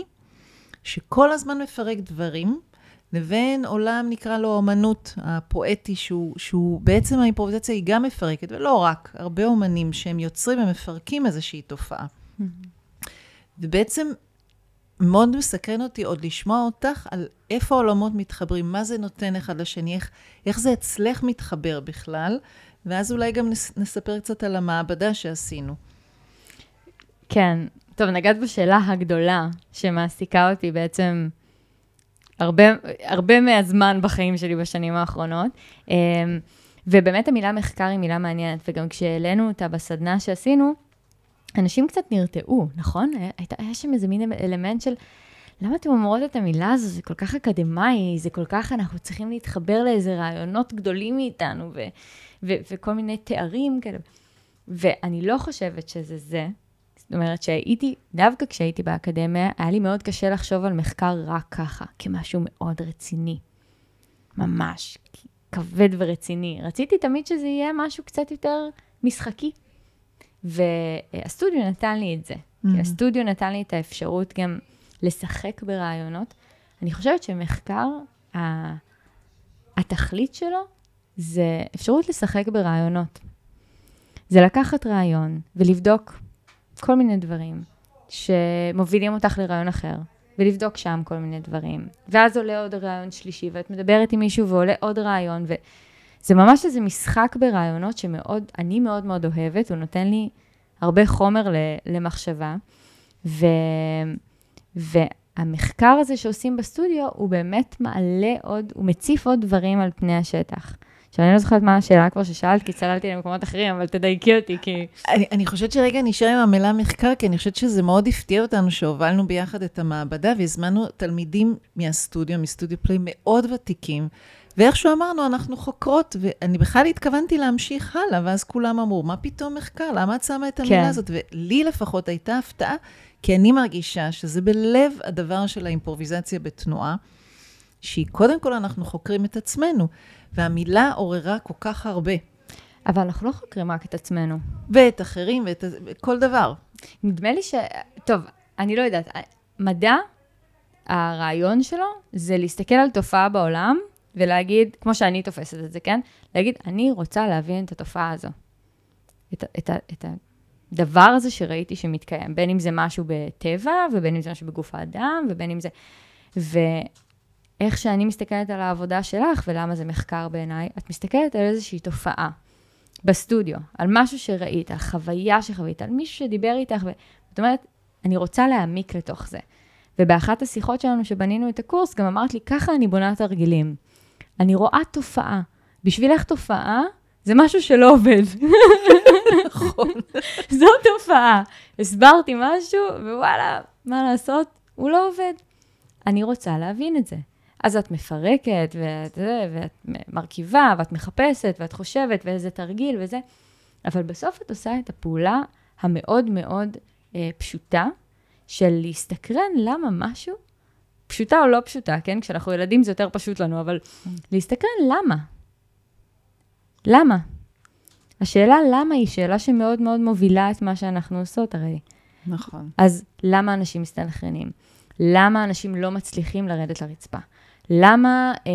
שכל הזמן מפרק דברים, לבין עולם נקרא לו אומנות הפואטי, שהוא, שהוא בעצם האימפרוביזציה היא גם מפרקת, ולא רק, הרבה אומנים שהם יוצרים ומפרקים איזושהי תופעה. ובעצם מאוד מסקרן אותי עוד לשמוע אותך על איפה העולמות מתחברים, מה זה נותן אחד לשני, איך, איך זה אצלך מתחבר בכלל, ואז אולי גם נספר קצת על המעבדה שעשינו. כן, טוב, נגעת בשאלה הגדולה שמעסיקה אותי בעצם הרבה, הרבה מהזמן בחיים שלי בשנים האחרונות, ובאמת המילה מחקר היא מילה מעניינת, וגם כשהעלינו אותה בסדנה שעשינו, אנשים קצת נרתעו, נכון? היה, היה שם איזה מין אלמנט של, למה אתם אומרות את המילה הזו? זה כל כך אקדמאי, זה כל כך, אנחנו צריכים להתחבר לאיזה רעיונות גדולים מאיתנו, ו, ו, וכל מיני תארים כאלה. ואני לא חושבת שזה זה. זאת אומרת שהייתי, דווקא כשהייתי באקדמיה, היה לי מאוד קשה לחשוב על מחקר רק ככה, כמשהו מאוד רציני. ממש, כבד ורציני. רציתי תמיד שזה יהיה משהו קצת יותר משחקי. והסטודיו נתן לי את זה. Mm-hmm. כי הסטודיו נתן לי את האפשרות גם לשחק ברעיונות. אני חושבת שמחקר, התכלית שלו, זה אפשרות לשחק ברעיונות. זה לקחת רעיון ולבדוק כל מיני דברים שמובילים אותך לרעיון אחר, ולבדוק שם כל מיני דברים. ואז עולה עוד רעיון שלישי, ואת מדברת עם מישהו ועולה עוד רעיון, וזה ממש איזה משחק ברעיונות שמאוד, אני מאוד מאוד אוהבת, הוא נותן לי הרבה חומר למחשבה, ו... והמחקר הזה שעושים בסטודיו, הוא באמת מעלה עוד, הוא מציף עוד דברים על פני השטח. עכשיו, אני לא זוכרת מה השאלה כבר ששאלת, כי צללתי למקומות אחרים, אבל תדייקי אותי, כי... אני, אני חושבת שרגע נשאר עם המילה מחקר, כי אני חושבת שזה מאוד הפתיע אותנו שהובלנו ביחד את המעבדה, והזמנו תלמידים מהסטודיו, מסטודיו פליי מאוד ותיקים, ואיכשהו אמרנו, אנחנו חוקרות, ואני בכלל התכוונתי להמשיך הלאה, ואז כולם אמרו, מה פתאום מחקר? למה את שמה את המילה כן. הזאת? ולי לפחות הייתה הפתעה, כי אני מרגישה שזה בלב הדבר של האימפרוביזציה בתנועה, שהיא קודם כל אנחנו חוקרים את עצמנו, והמילה עוררה כל כך הרבה. אבל אנחנו לא חוקרים רק את עצמנו. ואת אחרים, ואת כל דבר. נדמה לי ש... טוב, אני לא יודעת. מדע, הרעיון שלו, זה להסתכל על תופעה בעולם, ולהגיד, כמו שאני תופסת את זה, כן? להגיד, אני רוצה להבין את התופעה הזו. את, את, את הדבר הזה שראיתי שמתקיים. בין אם זה משהו בטבע, ובין אם זה משהו בגוף האדם, ובין אם זה... ו... איך שאני מסתכלת על העבודה שלך, ולמה זה מחקר בעיניי, את מסתכלת על איזושהי תופעה בסטודיו, על משהו שראית, על חוויה שחווית, על מישהו שדיבר איתך, ואת אומרת, אני רוצה להעמיק לתוך זה. ובאחת השיחות שלנו שבנינו את הקורס, גם אמרת לי, ככה אני בונה תרגילים. אני רואה תופעה. בשבילך תופעה, זה משהו שלא עובד. נכון. זו תופעה. הסברתי משהו, ווואלה, מה לעשות? הוא לא עובד. אני רוצה להבין את זה. אז את מפרקת, ואת, ואת מרכיבה, ואת מחפשת, ואת חושבת, ואיזה תרגיל וזה. אבל בסוף את עושה את הפעולה המאוד מאוד אה, פשוטה, של להסתקרן למה משהו, פשוטה או לא פשוטה, כן? כשאנחנו ילדים זה יותר פשוט לנו, אבל להסתקרן למה. למה? השאלה למה היא שאלה שמאוד מאוד מובילה את מה שאנחנו עושות הרי. נכון. אז למה אנשים מסתנכרנים? למה אנשים לא מצליחים לרדת לרצפה? למה אה,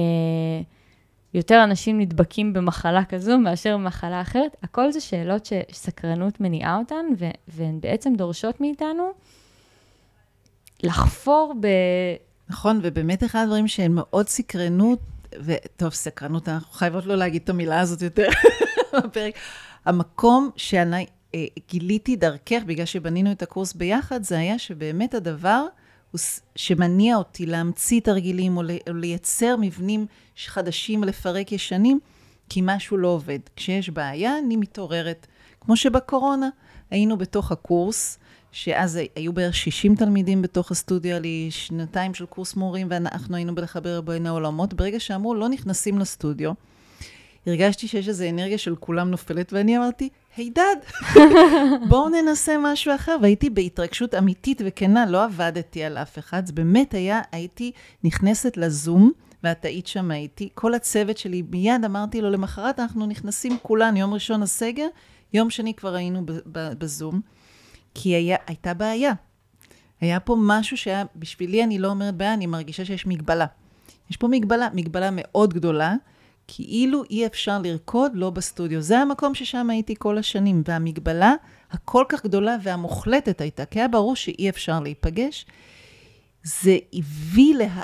יותר אנשים נדבקים במחלה כזו מאשר במחלה אחרת? הכל זה שאלות שסקרנות מניעה אותן, ו- והן בעצם דורשות מאיתנו לחפור ב... נכון, ובאמת אחד הדברים שהן מאוד סקרנות, וטוב, סקרנות, אנחנו חייבות לא להגיד את המילה הזאת יותר בפרק. המקום שאני אה, גיליתי דרכך, בגלל שבנינו את הקורס ביחד, זה היה שבאמת הדבר... שמניע אותי להמציא תרגילים או לייצר מבנים חדשים, לפרק ישנים, כי משהו לא עובד. כשיש בעיה, אני מתעוררת. כמו שבקורונה היינו בתוך הקורס, שאז היו בערך שישים תלמידים בתוך הסטודיו, לי שנתיים של קורס מורים, ואנחנו היינו בלחבר בין העולמות. ברגע שאמרו, לא נכנסים לסטודיו, הרגשתי שיש איזו אנרגיה של כולם נופלת, ואני אמרתי, הידד, בואו ננסה משהו אחר, והייתי בהתרגשות אמיתית וכנה, לא עבדתי על אף אחד, זה באמת היה, הייתי נכנסת לזום, ואת היית שם הייתי, כל הצוות שלי, מיד אמרתי לו, למחרת אנחנו נכנסים כולן, יום ראשון הסגר, יום שני כבר היינו בזום, כי היה, הייתה בעיה. היה פה משהו שהיה, בשבילי אני לא אומרת בעיה, אני מרגישה שיש מגבלה. יש פה מגבלה, מגבלה מאוד גדולה, כאילו אי אפשר לרקוד לא בסטודיו. זה המקום ששם הייתי כל השנים, והמגבלה הכל כך גדולה והמוחלטת הייתה, כי היה ברור שאי אפשר להיפגש. זה הביא לה...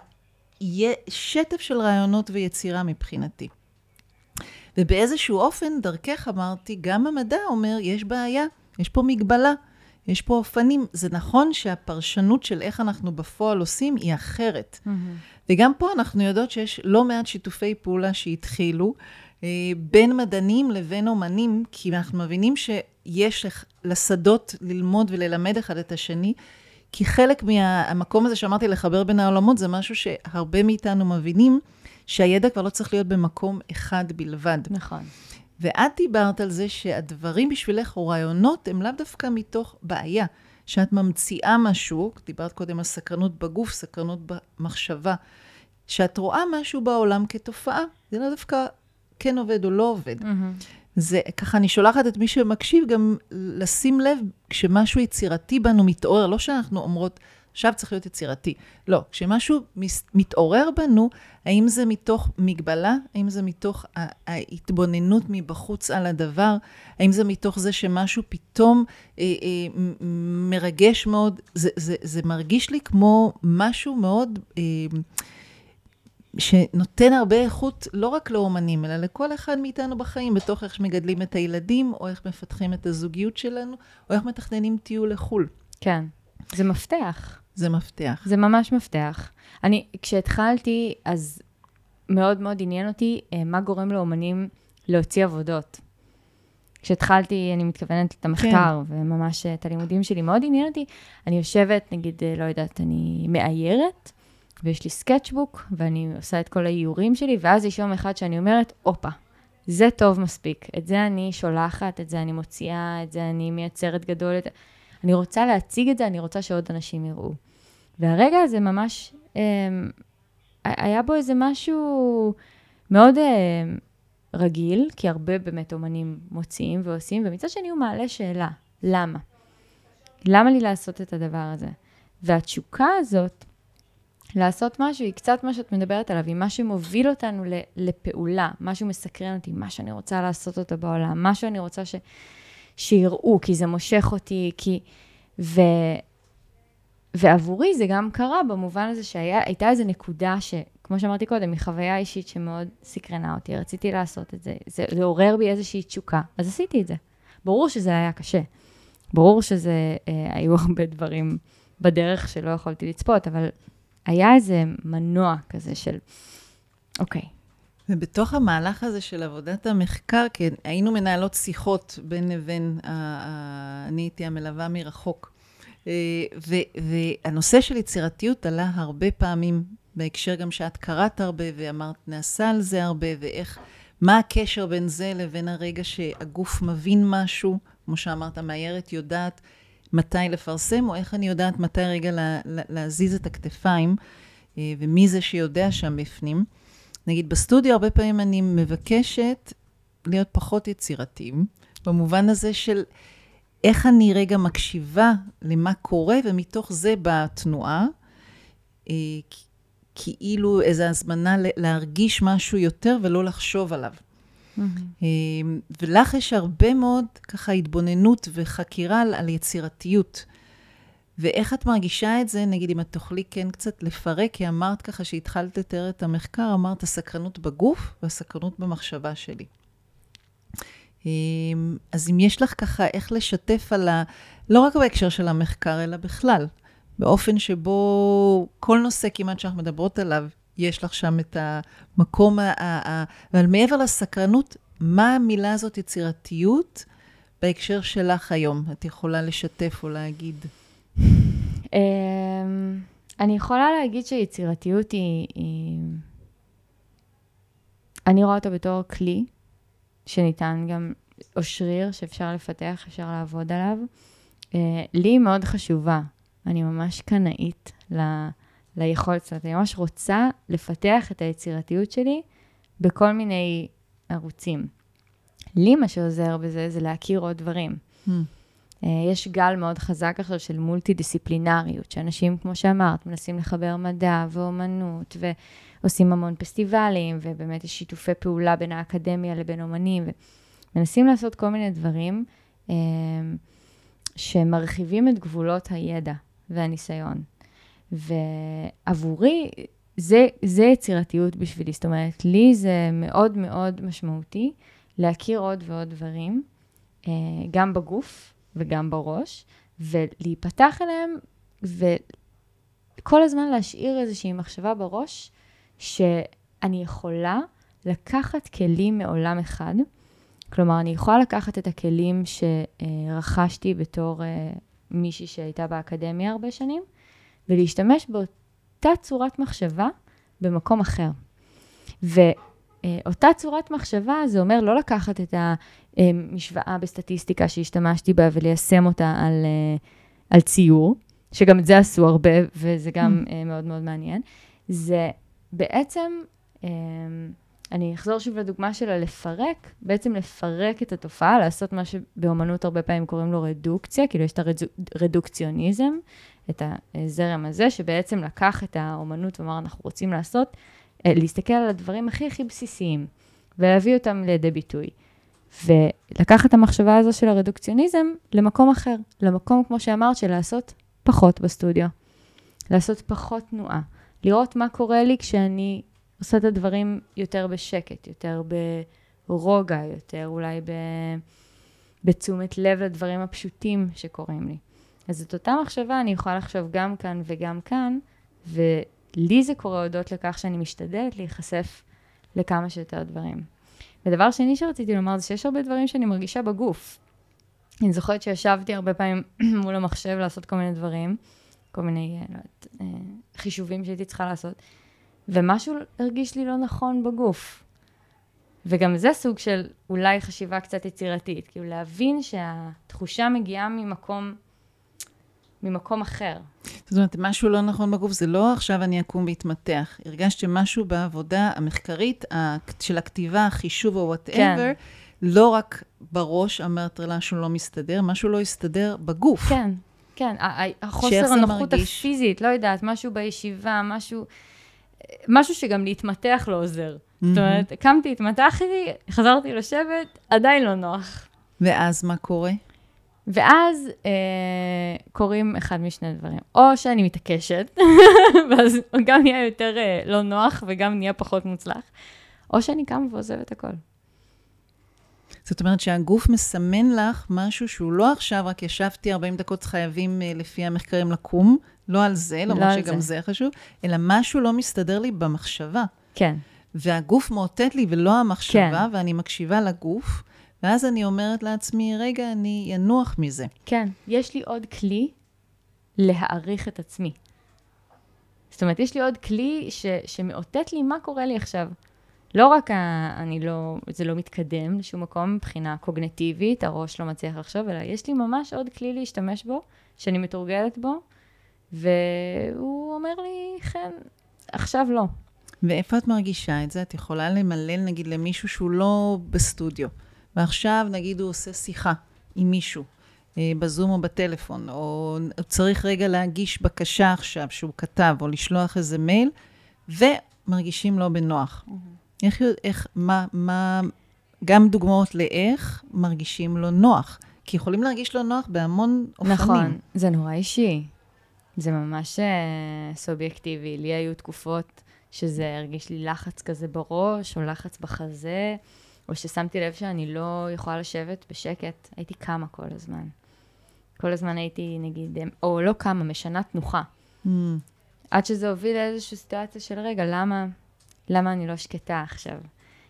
שטף של רעיונות ויצירה מבחינתי. ובאיזשהו אופן, דרכך אמרתי, גם המדע אומר, יש בעיה, יש פה מגבלה, יש פה אופנים. זה נכון שהפרשנות של איך אנחנו בפועל עושים היא אחרת. Mm-hmm. וגם פה אנחנו יודעות שיש לא מעט שיתופי פעולה שהתחילו, אה, בין מדענים לבין אומנים, כי אנחנו מבינים שיש לשדות ללמוד וללמד אחד את השני, כי חלק מהמקום הזה שאמרתי לחבר בין העולמות, זה משהו שהרבה מאיתנו מבינים, שהידע כבר לא צריך להיות במקום אחד בלבד. נכון. ואת דיברת על זה שהדברים בשבילך או רעיונות, הם לאו דווקא מתוך בעיה. שאת ממציאה משהו, דיברת קודם על סקרנות בגוף, סקרנות במחשבה, שאת רואה משהו בעולם כתופעה, זה לא דווקא כן עובד או לא עובד. Mm-hmm. זה ככה, אני שולחת את מי שמקשיב גם לשים לב, כשמשהו יצירתי בנו מתעורר, לא שאנחנו אומרות, עכשיו צריך להיות יצירתי. לא, כשמשהו מתעורר בנו, האם זה מתוך מגבלה, האם זה מתוך ההתבוננות מבחוץ על הדבר, האם זה מתוך זה שמשהו פתאום אה, אה, מרגש מאוד, זה, זה, זה מרגיש לי כמו משהו מאוד... אה, שנותן הרבה איכות לא רק לאומנים, אלא לכל אחד מאיתנו בחיים, בתוך איך שמגדלים את הילדים, או איך מפתחים את הזוגיות שלנו, או איך מתכננים טיול לחול. כן, זה מפתח. זה מפתח. זה ממש מפתח. אני, כשהתחלתי, אז מאוד מאוד עניין אותי מה גורם לאומנים להוציא עבודות. כשהתחלתי, אני מתכוונת את המחקר, כן. וממש את הלימודים שלי מאוד עניין אותי. אני יושבת, נגיד, לא יודעת, אני מאיירת, ויש לי סקטשבוק, ואני עושה את כל האיורים שלי, ואז יש יום אחד שאני אומרת, אופה, זה טוב מספיק. את זה אני שולחת, את זה אני מוציאה, את זה אני מייצרת גדול. את... אני רוצה להציג את זה, אני רוצה שעוד אנשים יראו. והרגע הזה ממש, אה, היה בו איזה משהו מאוד אה, רגיל, כי הרבה באמת אומנים מוציאים ועושים, ומצד שני הוא מעלה שאלה, למה? למה לי לעשות את הדבר הזה? והתשוקה הזאת, לעשות משהו, היא קצת מה שאת מדברת עליו, היא מה שמוביל אותנו לפעולה, משהו מסקרן אותי, מה שאני רוצה לעשות אותו בעולם, מה שאני רוצה ש... שיראו, כי זה מושך אותי, כי... ו... ועבורי זה גם קרה במובן הזה שהייתה איזו נקודה ש... כמו שאמרתי קודם, היא חוויה אישית שמאוד סקרנה אותי, רציתי לעשות את זה, זה לעורר בי איזושהי תשוקה, אז עשיתי את זה. ברור שזה היה קשה, ברור שזה, אה, היו הרבה דברים בדרך שלא יכולתי לצפות, אבל היה איזה מנוע כזה של, אוקיי. ובתוך המהלך הזה של עבודת המחקר, כן, היינו מנהלות שיחות בין לבין, אני הייתי המלווה מרחוק, והנושא של יצירתיות עלה הרבה פעמים, בהקשר גם שאת קראת הרבה, ואמרת נעשה על זה הרבה, ואיך, מה הקשר בין זה לבין הרגע שהגוף מבין משהו, כמו שאמרת, המאיירת יודעת מתי לפרסם, או איך אני יודעת מתי רגע לה, להזיז את הכתפיים, ומי זה שיודע שם בפנים. נגיד, בסטודיו הרבה פעמים אני מבקשת להיות פחות יצירתיים, במובן הזה של איך אני רגע מקשיבה למה קורה, ומתוך זה בתנועה, כאילו איזו הזמנה להרגיש משהו יותר ולא לחשוב עליו. Mm-hmm. ולך יש הרבה מאוד ככה התבוננות וחקירה על, על יצירתיות. ואיך את מרגישה את זה, נגיד אם את תוכלי כן קצת לפרק, כי אמרת ככה שהתחלת לתאר את המחקר, אמרת הסקרנות בגוף והסקרנות במחשבה שלי. אז אם יש לך ככה איך לשתף על ה... לא רק בהקשר של המחקר, אלא בכלל, באופן שבו כל נושא כמעט שאנחנו מדברות עליו, יש לך שם את המקום, ה- ה- אבל מעבר לסקרנות, מה המילה הזאת יצירתיות בהקשר שלך היום? את יכולה לשתף או להגיד? אני יכולה להגיד שיצירתיות היא, היא... אני רואה אותה בתור כלי, שניתן גם, או שריר שאפשר לפתח, אפשר לעבוד עליו. לי היא מאוד חשובה. אני ממש קנאית ל... ליכולת, זאת אומרת, אני ממש רוצה לפתח את היצירתיות שלי בכל מיני ערוצים. לי מה שעוזר בזה זה להכיר עוד דברים. Mm. יש גל מאוד חזק עכשיו של מולטי-דיסציפלינריות, שאנשים, כמו שאמרת, מנסים לחבר מדע ואומנות, ועושים המון פסטיבלים, ובאמת יש שיתופי פעולה בין האקדמיה לבין אומנים, ומנסים לעשות כל מיני דברים שמרחיבים את גבולות הידע והניסיון. ועבורי, זה, זה יצירתיות בשבילי. זאת אומרת, לי זה מאוד מאוד משמעותי להכיר עוד ועוד דברים, גם בגוף וגם בראש, ולהיפתח אליהם, וכל הזמן להשאיר איזושהי מחשבה בראש, שאני יכולה לקחת כלים מעולם אחד. כלומר, אני יכולה לקחת את הכלים שרכשתי בתור מישהי שהייתה באקדמיה הרבה שנים, ולהשתמש באותה צורת מחשבה במקום אחר. ואותה צורת מחשבה זה אומר לא לקחת את המשוואה בסטטיסטיקה שהשתמשתי בה וליישם אותה על, על ציור, שגם את זה עשו הרבה וזה גם מאוד מאוד מעניין. זה בעצם אני אחזור שוב לדוגמה שלה לפרק, בעצם לפרק את התופעה, לעשות מה שבאומנות הרבה פעמים קוראים לו רדוקציה, כאילו יש את הרדוקציוניזם, את הזרם הזה, שבעצם לקח את האומנות ואמר, אנחנו רוצים לעשות, להסתכל על הדברים הכי הכי בסיסיים, ולהביא אותם לידי ביטוי. ולקח את המחשבה הזו של הרדוקציוניזם למקום אחר, למקום, כמו שאמרת, של לעשות פחות בסטודיו, לעשות פחות תנועה, לראות מה קורה לי כשאני עושה את הדברים יותר בשקט, יותר ברוגע, יותר אולי בתשומת לב לדברים הפשוטים שקורים לי. אז את אותה מחשבה אני יכולה לחשוב גם כאן וגם כאן, ולי זה קורה הודות לכך שאני משתדלת להיחשף לכמה שיותר דברים. ודבר שני שרציתי לומר זה שיש הרבה דברים שאני מרגישה בגוף. אני זוכרת שישבתי הרבה פעמים מול המחשב לעשות כל מיני דברים, כל מיני לא יודעת, חישובים שהייתי צריכה לעשות, ומשהו הרגיש לי לא נכון בגוף. וגם זה סוג של אולי חשיבה קצת יצירתית, כאילו להבין שהתחושה מגיעה ממקום, ממקום אחר. זאת אומרת, משהו לא נכון בגוף, זה לא עכשיו אני אקום והתמתח. הרגשת שמשהו בעבודה המחקרית של הכתיבה, החישוב או whatever, כן. לא רק בראש אמרת לה שהוא לא מסתדר, משהו לא יסתדר בגוף. כן, כן. החוסר הנוחות הפיזית, לא יודעת, משהו בישיבה, משהו... משהו שגם להתמתח לא עוזר. Mm-hmm. זאת אומרת, קמתי, התמתחתי, חזרתי לשבת, עדיין לא נוח. ואז מה קורה? ואז אה, קוראים אחד משני דברים. או שאני מתעקשת, ואז גם נהיה יותר אה, לא נוח, וגם נהיה פחות מוצלח, או שאני קם ועוזב את הכל. זאת אומרת שהגוף מסמן לך משהו שהוא לא עכשיו, רק ישבתי ארבעים דקות חייבים אה, לפי המחקרים לקום, לא על זה, למרות לא שגם זה. זה חשוב, אלא משהו לא מסתדר לי במחשבה. כן. והגוף מאותת לי ולא המחשבה, כן. ואני מקשיבה לגוף, ואז אני אומרת לעצמי, רגע, אני ינוח מזה. כן, יש לי עוד כלי להעריך את עצמי. זאת אומרת, יש לי עוד כלי ש, שמאותת לי מה קורה לי עכשיו. לא רק, ה, אני לא, זה לא מתקדם לשום מקום מבחינה קוגניטיבית, הראש לא מצליח לחשוב, אלא יש לי ממש עוד כלי להשתמש בו, שאני מתורגלת בו, והוא אומר לי, כן, עכשיו לא. ואיפה את מרגישה את זה? את יכולה למלל, נגיד, למישהו שהוא לא בסטודיו, ועכשיו, נגיד, הוא עושה שיחה עם מישהו, בזום או בטלפון, או הוא צריך רגע להגיש בקשה עכשיו שהוא כתב, או לשלוח איזה מייל, ומרגישים לא בנוח. Mm-hmm. איך, איך, מה, מה, גם דוגמאות לאיך מרגישים לא נוח, כי יכולים להרגיש לא נוח בהמון אופנים. נכון, זה נורא אישי. זה ממש סובייקטיבי. לי היו תקופות שזה הרגיש לי לחץ כזה בראש, או לחץ בחזה, או ששמתי לב שאני לא יכולה לשבת בשקט. הייתי קמה כל הזמן. כל הזמן הייתי, נגיד, או לא קמה, משנה תנוחה. Mm. עד שזה הוביל לאיזושהי סיטואציה של רגע, למה, למה אני לא שקטה עכשיו?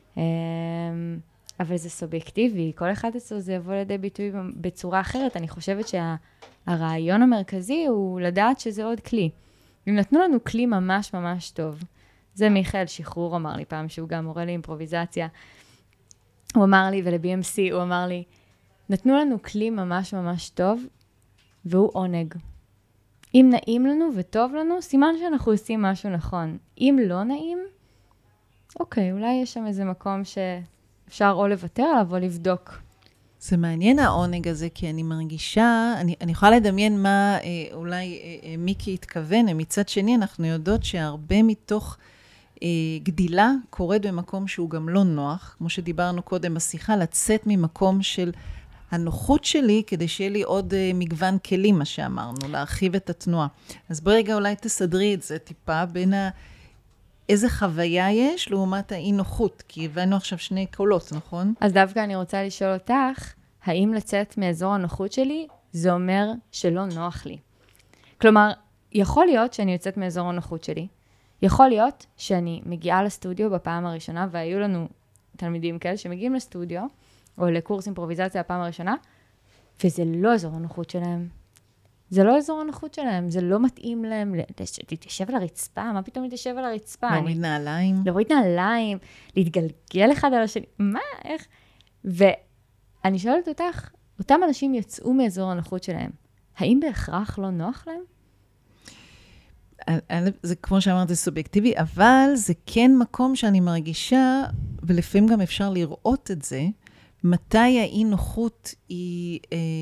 אבל זה סובייקטיבי. כל אחד אצלו זה יבוא לידי ביטוי בצורה אחרת. אני חושבת שהרעיון המרכזי הוא לדעת שזה עוד כלי. אם נתנו לנו כלי ממש ממש טוב, זה מיכאל שחרור אמר לי פעם, שהוא גם מורה לאימפרוביזציה, הוא אמר לי, ול-בי אם סי, הוא אמר לי, נתנו לנו כלי ממש ממש טוב, והוא עונג. אם נעים לנו וטוב לנו, סימן שאנחנו עושים משהו נכון. אם לא נעים, אוקיי, אולי יש שם איזה מקום שאפשר או לוותר עליו או לבדוק. זה מעניין העונג הזה, כי אני מרגישה, אני, אני יכולה לדמיין מה אה, אולי אה, מיקי התכוון, מצד שני אנחנו יודעות שהרבה מתוך אה, גדילה קורית במקום שהוא גם לא נוח, כמו שדיברנו קודם בשיחה, לצאת ממקום של הנוחות שלי, כדי שיהיה לי עוד אה, מגוון כלים, מה שאמרנו, להרחיב את התנועה. אז ברגע אולי תסדרי את זה טיפה בין ה... איזה חוויה יש לעומת האי נוחות, כי הבאנו עכשיו שני קולות, נכון? אז דווקא אני רוצה לשאול אותך, האם לצאת מאזור הנוחות שלי, זה אומר שלא נוח לי? כלומר, יכול להיות שאני יוצאת מאזור הנוחות שלי, יכול להיות שאני מגיעה לסטודיו בפעם הראשונה, והיו לנו תלמידים כאלה שמגיעים לסטודיו, או לקורס אימפרוביזציה הפעם הראשונה, וזה לא אזור הנוחות שלהם. זה לא אזור הנוחות שלהם, זה לא מתאים להם, תתיישב על הרצפה, מה פתאום להתיישב על הרצפה? להוריד נעליים. להוריד נעליים, להתגלגל אחד על השני, מה, איך? ואני שואלת אותך, אותם אנשים יצאו מאזור הנוחות שלהם, האם בהכרח לא נוח להם? זה כמו שאמרת, זה סובייקטיבי, אבל זה כן מקום שאני מרגישה, ולפעמים גם אפשר לראות את זה, מתי האי נוחות היא,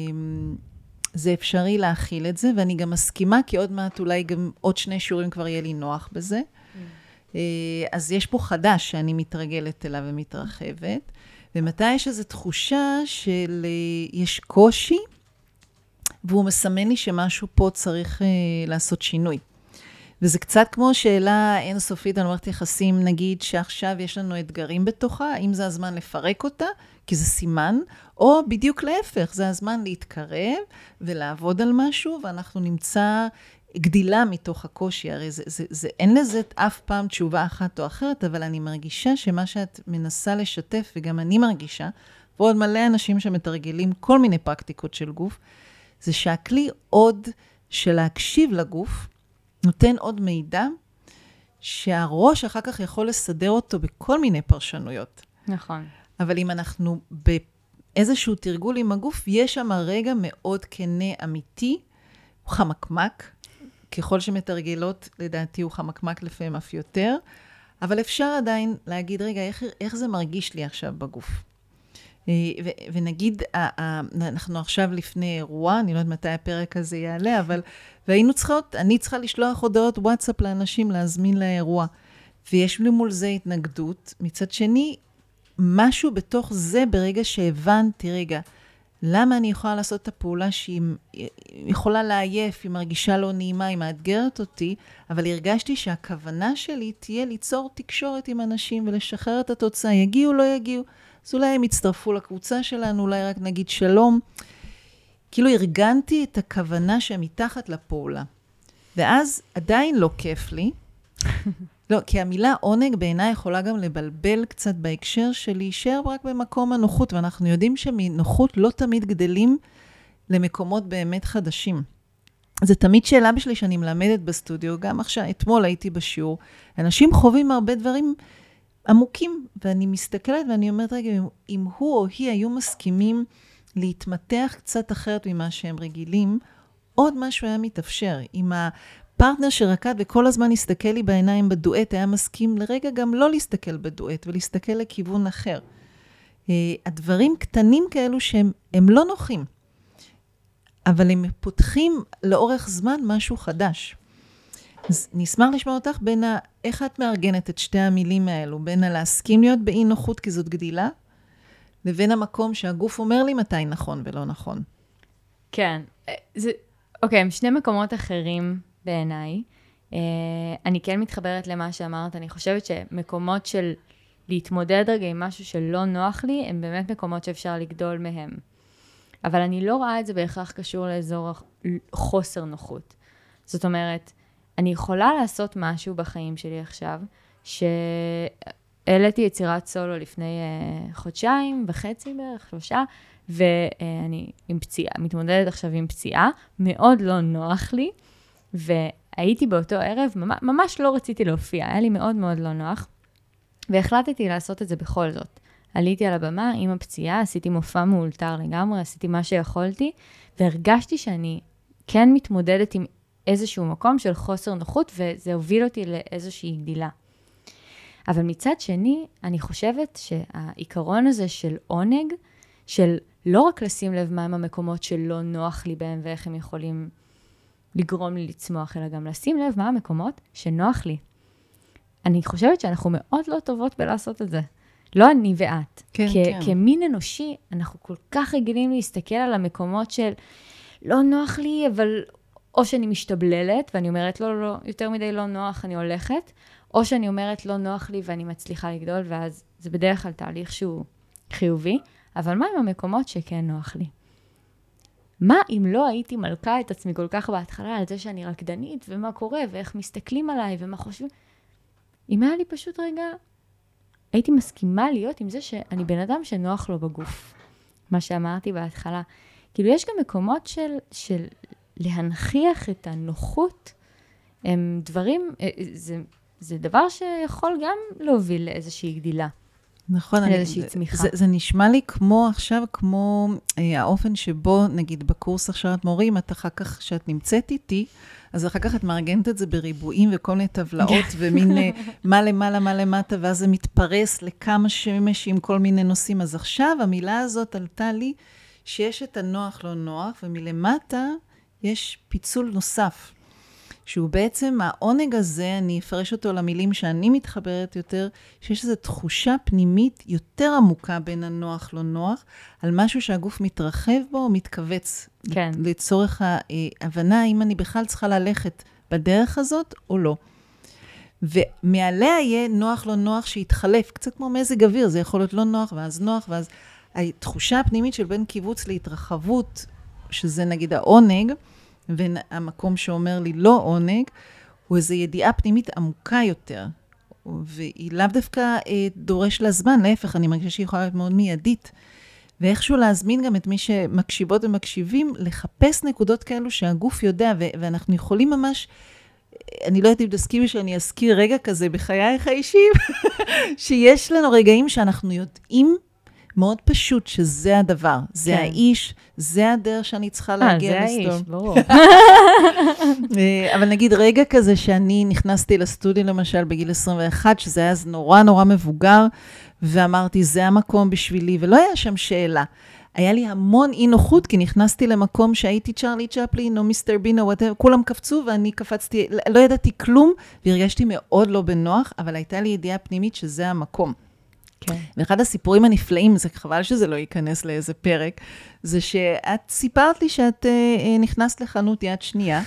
זה אפשרי להכיל את זה, ואני גם מסכימה, כי עוד מעט אולי גם עוד שני שיעורים כבר יהיה לי נוח בזה. Mm. אז יש פה חדש שאני מתרגלת אליו ומתרחבת, ומתי יש איזו תחושה של יש קושי, והוא מסמן לי שמשהו פה צריך uh, לעשות שינוי. וזה קצת כמו שאלה אינסופית, על מערכת יחסים, נגיד שעכשיו יש לנו אתגרים בתוכה, האם זה הזמן לפרק אותה, כי זה סימן, או בדיוק להפך, זה הזמן להתקרב ולעבוד על משהו, ואנחנו נמצא גדילה מתוך הקושי, הרי זה, זה, זה, אין לזה אף פעם תשובה אחת או אחרת, אבל אני מרגישה שמה שאת מנסה לשתף, וגם אני מרגישה, ועוד מלא אנשים שמתרגלים כל מיני פרקטיקות של גוף, זה שהכלי עוד של להקשיב לגוף, נותן עוד מידע, שהראש אחר כך יכול לסדר אותו בכל מיני פרשנויות. נכון. אבל אם אנחנו באיזשהו תרגול עם הגוף, יש שם רגע מאוד כנה אמיתי, הוא חמקמק, ככל שמתרגלות, לדעתי הוא חמקמק לפעמים אף יותר, אבל אפשר עדיין להגיד, רגע, איך, איך זה מרגיש לי עכשיו בגוף? ו- ונגיד, אנחנו עכשיו לפני אירוע, אני לא יודעת מתי הפרק הזה יעלה, אבל, והיינו צריכות, אני צריכה לשלוח הודעות וואטסאפ לאנשים, להזמין לאירוע, ויש לי מול זה התנגדות. מצד שני, משהו בתוך זה, ברגע שהבנתי, רגע, למה אני יכולה לעשות את הפעולה שהיא יכולה לעייף, היא מרגישה לא נעימה, היא מאתגרת אותי, אבל הרגשתי שהכוונה שלי תהיה ליצור תקשורת עם אנשים ולשחרר את התוצאה, יגיעו, לא יגיעו, אז אולי הם יצטרפו לקבוצה שלנו, אולי רק נגיד שלום. כאילו ארגנתי את הכוונה שמתחת לפעולה. ואז עדיין לא כיף לי. לא, כי המילה עונג בעיניי יכולה גם לבלבל קצת בהקשר של להישאר רק במקום הנוחות, ואנחנו יודעים שמנוחות לא תמיד גדלים למקומות באמת חדשים. זה תמיד שאלה בשבילי שאני מלמדת בסטודיו, גם עכשיו, אתמול הייתי בשיעור, אנשים חווים הרבה דברים עמוקים, ואני מסתכלת ואני אומרת, רגע, אם הוא או היא היו מסכימים להתמתח קצת אחרת ממה שהם רגילים, עוד משהו היה מתאפשר. אם הפרטנר שרקד וכל הזמן הסתכל לי בעיניים בדואט, היה מסכים לרגע גם לא להסתכל בדואט, ולהסתכל לכיוון אחר. הדברים קטנים כאלו שהם הם לא נוחים, אבל הם פותחים לאורך זמן משהו חדש. אז נשמח לשמוע אותך בין ה... איך את מארגנת את שתי המילים האלו, בין הלהסכים להיות באי נוחות כי זאת גדילה, לבין המקום שהגוף אומר לי מתי נכון ולא נכון. כן, זה... אוקיי, הם שני מקומות אחרים בעיניי. אני כן מתחברת למה שאמרת, אני חושבת שמקומות של להתמודד רגע עם משהו שלא נוח לי, הם באמת מקומות שאפשר לגדול מהם. אבל אני לא רואה את זה בהכרח קשור לאזור חוסר נוחות. זאת אומרת, אני יכולה לעשות משהו בחיים שלי עכשיו, שהעליתי יצירת סולו לפני uh, חודשיים וחצי בערך, שלושה, ואני עם פציעה, מתמודדת עכשיו עם פציעה, מאוד לא נוח לי, והייתי באותו ערב, ממש, ממש לא רציתי להופיע, היה לי מאוד מאוד לא נוח, והחלטתי לעשות את זה בכל זאת. עליתי על הבמה עם הפציעה, עשיתי מופע מאולתר לגמרי, עשיתי מה שיכולתי, והרגשתי שאני כן מתמודדת עם איזשהו מקום של חוסר נוחות, וזה הוביל אותי לאיזושהי גדילה. אבל מצד שני, אני חושבת שהעיקרון הזה של עונג, של לא רק לשים לב מהם המקומות שלא נוח לי בהם, ואיך הם יכולים לגרום לי לצמוח, אלא גם לשים לב מה המקומות שנוח לי. אני חושבת שאנחנו מאוד לא טובות בלעשות את זה. לא אני ואת. כן, כ- כן. כמין אנושי, אנחנו כל כך רגילים להסתכל על המקומות של לא נוח לי, אבל או שאני משתבללת, ואני אומרת, לא, לא, לא, יותר מדי לא נוח, אני הולכת, או שאני אומרת, לא נוח לי, ואני מצליחה לגדול, ואז זה בדרך כלל תהליך שהוא חיובי, אבל מה עם המקומות שכן נוח לי? מה אם לא הייתי מלכה את עצמי כל כך בהתחלה, על זה שאני רקדנית, ומה קורה, ואיך מסתכלים עליי, ומה חושבים? אם היה לי פשוט רגע, הייתי מסכימה להיות עם זה שאני בן אדם שנוח לו בגוף, מה שאמרתי בהתחלה. כאילו, יש גם מקומות של, של להנכיח את הנוחות, הם דברים, זה, זה דבר שיכול גם להוביל לאיזושהי גדילה. נכון, לאיזושהי אני, צמיחה. זה, זה נשמע לי כמו עכשיו, כמו אה, האופן שבו, נגיד, בקורס הכשרת מורים, את אחר כך שאת נמצאת איתי, אז אחר כך את מארגנת את זה בריבועים וכל מיני טבלאות, ומין מה למעלה, מה למטה, ואז זה מתפרס לכמה שמש עם כל מיני נושאים. אז עכשיו המילה הזאת עלתה לי, שיש את הנוח לא נוח, ומלמטה יש פיצול נוסף, שהוא בעצם העונג הזה, אני אפרש אותו למילים שאני מתחברת יותר, שיש איזו תחושה פנימית יותר עמוקה בין הנוח לא נוח, על משהו שהגוף מתרחב בו או מתכווץ. כן. לצורך ההבנה, האם אני בכלל צריכה ללכת בדרך הזאת או לא. ומעליה יהיה נוח לא נוח שיתחלף, קצת כמו מזג אוויר, זה יכול להיות לא נוח ואז נוח, ואז התחושה הפנימית של בין קיבוץ להתרחבות, שזה נגיד העונג, והמקום שאומר לי לא עונג, הוא איזו ידיעה פנימית עמוקה יותר, והיא לאו דווקא אה, דורש לה זמן, להפך, אני מרגישה שהיא יכולה להיות מאוד מיידית, ואיכשהו להזמין גם את מי שמקשיבות ומקשיבים, לחפש נקודות כאלו שהגוף יודע, ו- ואנחנו יכולים ממש, אני לא יודעת אם תסכימי שאני אזכיר רגע כזה בחייך האישיים, שיש לנו רגעים שאנחנו יודעים, מאוד פשוט שזה הדבר, זה כן. האיש, זה הדרך שאני צריכה להגיע לסטור. זה האיש, ברור. אבל נגיד רגע כזה שאני נכנסתי לסטודיו למשל בגיל עשרים ואחת, שזה היה אז נורא נורא מבוגר, ואמרתי זה המקום בשבילי, ולא היה שם שאלה. היה לי המון אי נוחות, כי נכנסתי למקום שהייתי צ'רלי צ'פלין או מיסטר בין או whatever, כולם קפצו ואני קפצתי, לא ידעתי כלום, והרגשתי מאוד לא בנוח, אבל הייתה לי ידיעה פנימית שזה המקום. כן. ואחד הסיפורים הנפלאים, זה חבל שזה לא ייכנס לאיזה פרק, זה שאת סיפרת לי שאת אה, נכנסת לחנות יד שנייה,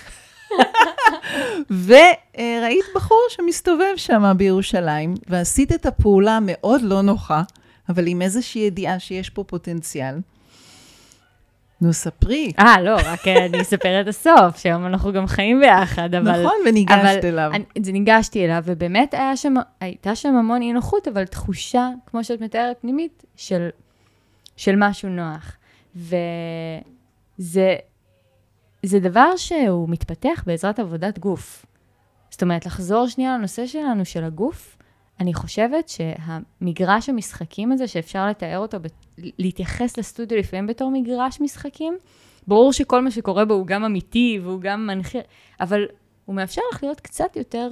וראית בחור שמסתובב שם בירושלים, ועשית את הפעולה המאוד לא נוחה, אבל עם איזושהי ידיעה שיש פה פוטנציאל. נו, ספרי. אה, לא, רק אני אספר את הסוף, שהיום אנחנו גם חיים ביחד, אבל... נכון, וניגשת אליו. זה ניגשתי אליו, ובאמת היה שם, הייתה שם המון אי נוחות, אבל תחושה, כמו שאת מתארת פנימית, של, של משהו נוח. וזה זה דבר שהוא מתפתח בעזרת עבודת גוף. זאת אומרת, לחזור שנייה לנושא שלנו, של הגוף, אני חושבת שהמגרש המשחקים הזה, שאפשר לתאר אותו, להתייחס לסטודיו לפעמים בתור מגרש משחקים, ברור שכל מה שקורה בו הוא גם אמיתי, והוא גם מנחיר, אבל הוא מאפשר לך להיות קצת יותר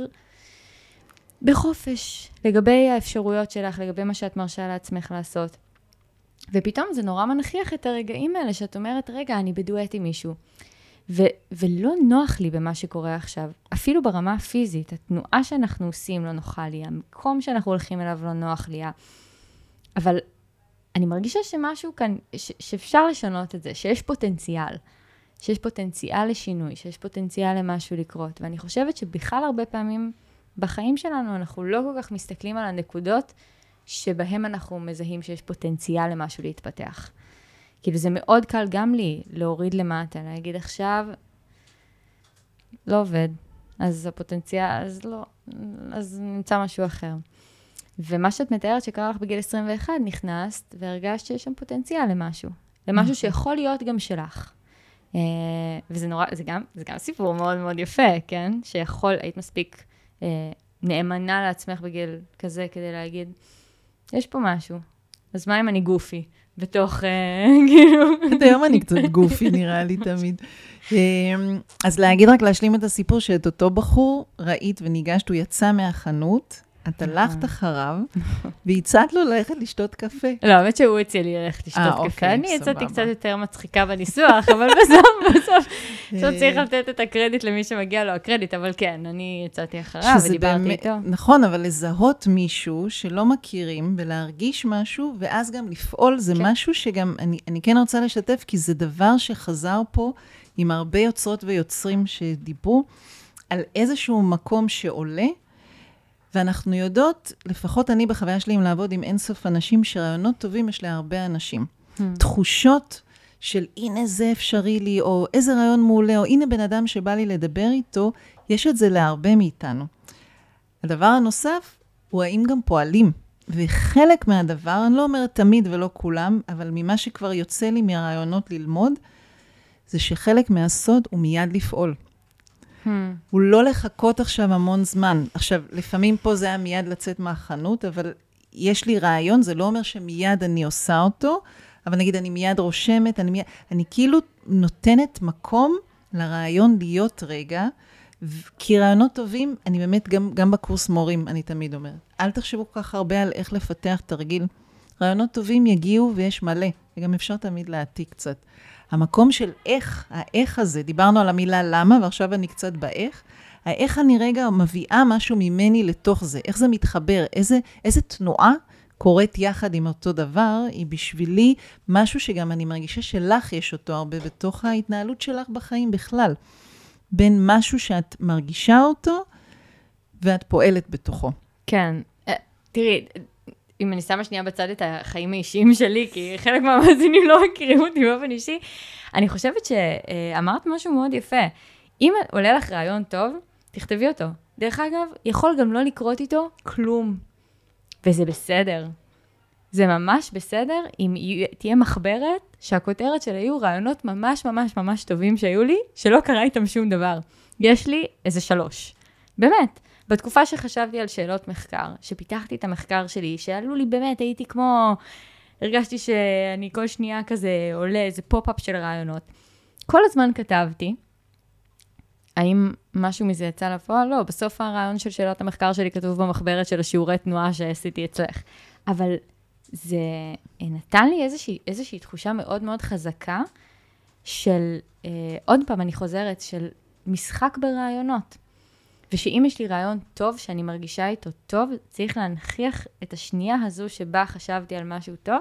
בחופש, לגבי האפשרויות שלך, לגבי מה שאת מרשה לעצמך לעשות. ופתאום זה נורא מנחיח את הרגעים האלה, שאת אומרת, רגע, אני בדואט עם מישהו. ו- ולא נוח לי במה שקורה עכשיו, אפילו ברמה הפיזית, התנועה שאנחנו עושים לא נוחה לי, המקום שאנחנו הולכים אליו לא נוח לי, אבל אני מרגישה שמשהו כאן, ש- שאפשר לשנות את זה, שיש פוטנציאל, שיש פוטנציאל לשינוי, שיש פוטנציאל למשהו לקרות, ואני חושבת שבכלל הרבה פעמים בחיים שלנו, אנחנו לא כל כך מסתכלים על הנקודות, שבהם אנחנו מזהים שיש פוטנציאל למשהו להתפתח. כאילו זה מאוד קל גם לי להוריד למטה, להגיד עכשיו, לא עובד, אז הפוטנציאל, אז לא, אז נמצא משהו אחר. ומה שאת מתארת שקרה לך בגיל עשרים ואחת, נכנסת והרגשת שיש שם פוטנציאל למשהו, למשהו שיכול להיות גם שלך. וזה נורא, זה גם, זה גם סיפור מאוד מאוד יפה, כן? שיכול, היית מספיק נאמנה לעצמך בגיל כזה כדי להגיד, יש פה משהו, אז מה אם אני גופי? בתוך, כאילו... עד היום אני קצת גופי, נראה לי תמיד. אז להגיד רק להשלים את הסיפור, שאת אותו בחור ראית וניגשת, הוא יצא מהחנות, את הלכת אחריו, והצעת לו ללכת לשתות קפה. לא, האמת שהוא הציע לי ללכת לשתות קפה. אני יצאתי קצת יותר מצחיקה בניסוח, אבל בסוף, בסוף, עכשיו צריך לתת את הקרדיט למי שמגיע לו הקרדיט, אבל כן, אני יצאתי אחריו ודיברתי איתו. נכון, אבל לזהות מישהו שלא מכירים, ולהרגיש משהו, ואז גם לפעול, זה משהו שגם, אני כן רוצה לשתף, כי זה דבר שחזר פה עם הרבה יוצרות ויוצרים שדיברו, על איזשהו מקום שעולה, ואנחנו יודעות, לפחות אני בחוויה שלי עם לעבוד עם אינסוף אנשים, שרעיונות טובים יש להרבה אנשים. Hmm. תחושות של הנה זה אפשרי לי, או איזה רעיון מעולה, או הנה בן אדם שבא לי לדבר איתו, יש את זה להרבה מאיתנו. הדבר הנוסף הוא האם גם פועלים. וחלק מהדבר, אני לא אומרת תמיד ולא כולם, אבל ממה שכבר יוצא לי מהרעיונות ללמוד, זה שחלק מהסוד הוא מיד לפעול. Hmm. הוא לא לחכות עכשיו המון זמן. עכשיו, לפעמים פה זה היה מיד לצאת מהחנות, אבל יש לי רעיון, זה לא אומר שמיד אני עושה אותו, אבל נגיד אני מיד רושמת, אני, מיד, אני כאילו נותנת מקום לרעיון להיות רגע, כי רעיונות טובים, אני באמת, גם, גם בקורס מורים, אני תמיד אומרת, אל תחשבו כל כך הרבה על איך לפתח תרגיל. רעיונות טובים יגיעו ויש מלא, וגם אפשר תמיד להעתיק קצת. המקום של איך, האיך הזה, דיברנו על המילה למה, ועכשיו אני קצת באיך, האיך אני רגע מביאה משהו ממני לתוך זה, איך זה מתחבר, איזה, איזה תנועה קורית יחד עם אותו דבר, היא בשבילי משהו שגם אני מרגישה שלך יש אותו הרבה בתוך ההתנהלות שלך בחיים בכלל. בין משהו שאת מרגישה אותו, ואת פועלת בתוכו. כן. תראי, אם אני שמה שנייה בצד את החיים האישיים שלי, כי חלק מהמאזינים לא מכירים אותי באופן אישי, אני חושבת שאמרת משהו מאוד יפה. אם עולה לך רעיון טוב, תכתבי אותו. דרך אגב, יכול גם לא לקרות איתו כלום. וזה בסדר. זה ממש בסדר אם תהיה מחברת שהכותרת שלה יהיו רעיונות ממש ממש ממש טובים שהיו לי, שלא קרה איתם שום דבר. יש לי איזה שלוש. באמת. בתקופה שחשבתי על שאלות מחקר, שפיתחתי את המחקר שלי, שעלו לי באמת, הייתי כמו, הרגשתי שאני כל שנייה כזה עולה איזה פופ-אפ של רעיונות. כל הזמן כתבתי, האם משהו מזה יצא לפועל? לא, בסוף הרעיון של שאלות המחקר שלי כתוב במחברת של השיעורי תנועה שעשיתי אצלך. אבל זה נתן לי איזושהי, איזושהי תחושה מאוד מאוד חזקה של, אה, עוד פעם אני חוזרת, של משחק ברעיונות. ושאם יש לי רעיון טוב, שאני מרגישה איתו טוב, צריך להנכיח את השנייה הזו שבה חשבתי על משהו טוב,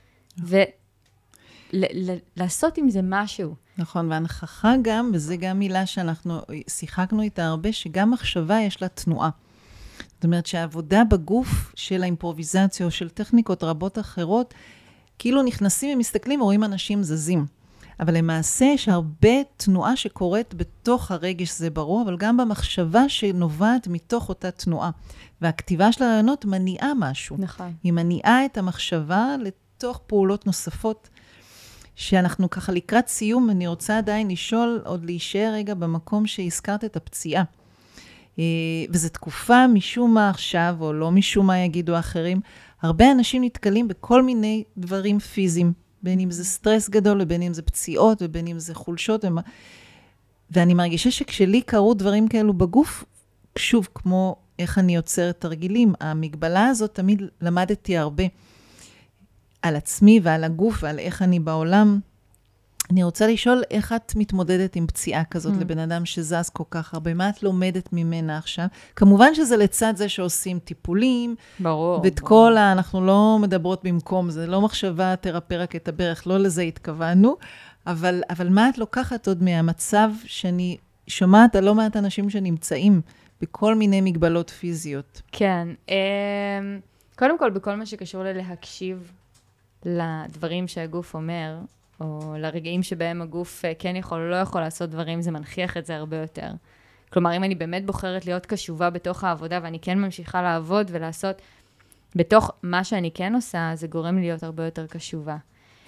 ולעשות עם זה משהו. נכון, והנכחה גם, וזה גם מילה שאנחנו שיחקנו איתה הרבה, שגם מחשבה יש לה תנועה. זאת אומרת שהעבודה בגוף של האימפרוביזציה, או של טכניקות רבות אחרות, כאילו נכנסים ומסתכלים, רואים אנשים זזים. אבל למעשה יש הרבה תנועה שקורית בתוך הרגש, זה ברור, אבל גם במחשבה שנובעת מתוך אותה תנועה. והכתיבה של הרעיונות מניעה משהו. נכון. היא מניעה את המחשבה לתוך פעולות נוספות, שאנחנו ככה לקראת סיום, אני רוצה עדיין לשאול, עוד להישאר רגע במקום שהזכרת את הפציעה. וזו תקופה משום מה עכשיו, או לא משום מה יגידו אחרים, הרבה אנשים נתקלים בכל מיני דברים פיזיים, בין אם זה סטרס גדול, ובין אם זה פציעות, ובין אם זה חולשות. ומה... ואני מרגישה שכשלי קרו דברים כאלו בגוף, שוב, כמו איך אני יוצרת תרגילים, המגבלה הזאת תמיד למדתי הרבה על עצמי ועל הגוף ועל איך אני בעולם. אני רוצה לשאול איך את מתמודדת עם פציעה כזאת mm. לבן אדם שזז כל כך הרבה, מה את לומדת ממנה עכשיו? כמובן שזה לצד זה שעושים טיפולים, ברור. ואת ברור. כל ה... אנחנו לא מדברות במקום, זה לא מחשבה תרפא רק את הברך, לא לזה התכוונו, אבל, אבל מה את לוקחת עוד מהמצב שאני שומעת על לא מעט אנשים שנמצאים בכל מיני מגבלות פיזיות? כן. קודם כל, בכל מה שקשור ללהקשיב לדברים שהגוף אומר, או לרגעים שבהם הגוף כן יכול או לא יכול לעשות דברים, זה מנכיח את זה הרבה יותר. כלומר, אם אני באמת בוחרת להיות קשובה בתוך העבודה, ואני כן ממשיכה לעבוד ולעשות בתוך מה שאני כן עושה, זה גורם לי להיות הרבה יותר קשובה.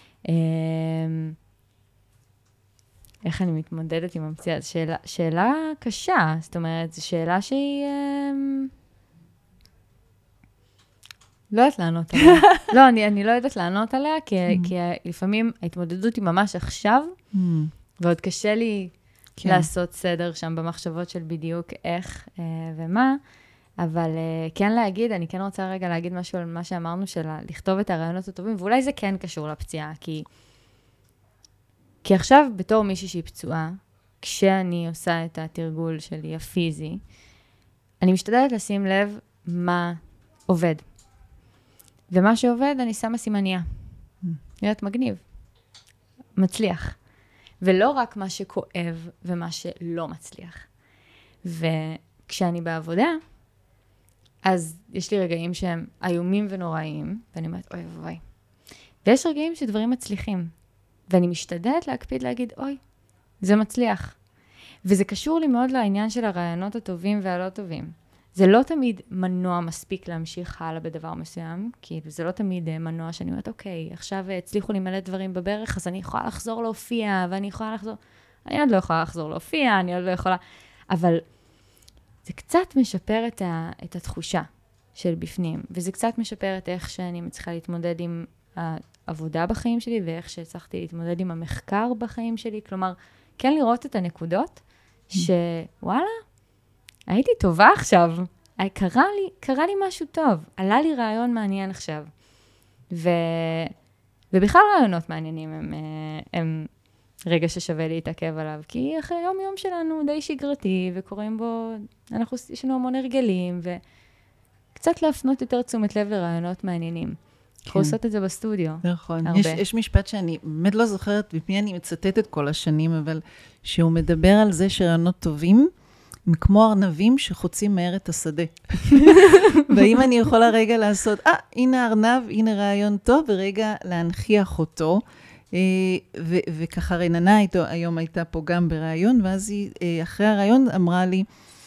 איך אני מתמודדת עם המציאה? זו שאלה, שאלה קשה, זאת אומרת, זו שאלה שהיא... לא יודעת לענות עליה. לא, אני, אני לא יודעת לענות עליה, כי, כי לפעמים ההתמודדות היא ממש עכשיו, ועוד קשה לי כן. לעשות סדר שם במחשבות של בדיוק איך אה, ומה, אבל אה, כן להגיד, אני כן רוצה רגע להגיד משהו על מה שאמרנו, של לכתוב את הרעיונות הטובים, ואולי זה כן קשור לפציעה, כי, כי עכשיו בתור מישהי שהיא פצועה, כשאני עושה את התרגול שלי הפיזי, אני משתדלת לשים לב מה עובד. ומה שעובד, אני שמה סימניה. להיות מגניב. מצליח. ולא רק מה שכואב ומה שלא מצליח. וכשאני בעבודה, אז יש לי רגעים שהם איומים ונוראים, ואני אומרת, אוי אוי. ויש רגעים שדברים מצליחים. ואני משתדלת להקפיד להגיד, אוי, זה מצליח. וזה קשור לי מאוד לעניין של הרעיונות הטובים והלא טובים. זה לא תמיד מנוע מספיק להמשיך הלאה בדבר מסוים, כי זה לא תמיד מנוע שאני אומרת, אוקיי, עכשיו הצליחו לי מלא דברים בברך, אז אני יכולה לחזור להופיע, ואני יכולה לחזור, אני עוד לא יכולה לחזור להופיע, אני עוד לא יכולה, אבל זה קצת משפר את, ה, את התחושה של בפנים, וזה קצת משפר את איך שאני מצליחה להתמודד עם העבודה בחיים שלי, ואיך שהצלחתי להתמודד עם המחקר בחיים שלי, כלומר, כן לראות את הנקודות, שוואלה, הייתי טובה עכשיו. קרה לי, קרה לי משהו טוב. עלה לי רעיון מעניין עכשיו. ו... ובכלל רעיונות מעניינים הם, הם רגע ששווה להתעכב עליו, כי אחרי יום יום שלנו די שגרתי, וקוראים בו, אנחנו, יש לנו המון הרגלים, וקצת להפנות יותר תשומת לב לרעיונות מעניינים. אנחנו עושות את זה בסטודיו. נכון. יש, יש משפט שאני באמת לא זוכרת, בפני אני מצטטת כל השנים, אבל שהוא מדבר על זה שרעיונות טובים, הם כמו ארנבים שחוצים מהר את השדה. ואם אני יכולה רגע לעשות, אה, הנה ארנב, הנה רעיון טוב, ורגע להנחיח אותו. ו- וככה רננה איתו, היום הייתה פה גם ברעיון, ואז היא אחרי הרעיון אמרה לי,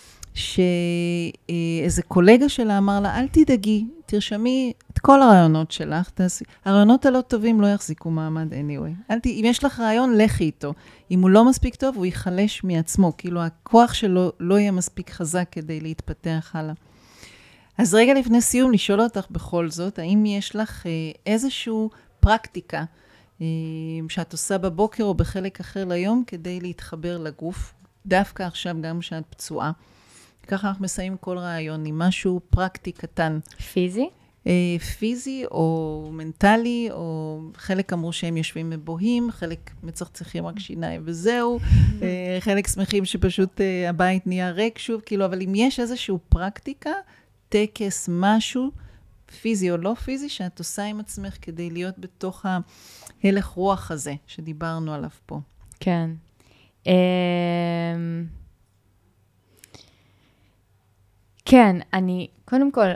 שאיזה קולגה שלה אמר לה, אל תדאגי, תרשמי את כל הרעיונות שלך, תעשי. הרעיונות הלא טובים לא יחזיקו מעמד anyway. אל ת... אם יש לך רעיון, לכי איתו. אם הוא לא מספיק טוב, הוא ייחלש מעצמו. כאילו, הכוח שלו לא יהיה מספיק חזק כדי להתפתח הלאה. אז רגע לפני סיום, לשאול אותך בכל זאת, האם יש לך איזושהי פרקטיקה שאת עושה בבוקר או בחלק אחר ליום, כדי להתחבר לגוף, דווקא עכשיו גם שאת פצועה. ככה אנחנו מסיים כל רעיון עם משהו פרקטי קטן. פיזי? אה, פיזי או מנטלי, או חלק אמרו שהם יושבים מבוהים, חלק מצחצחים רק שיניים וזהו, אה, חלק שמחים שפשוט אה, הבית נהיה ריק שוב, כאילו, אבל אם יש איזושהי פרקטיקה, טקס, משהו, פיזי או לא פיזי, שאת עושה עם עצמך כדי להיות בתוך ההלך רוח הזה שדיברנו עליו פה. כן. כן, אני, קודם כל,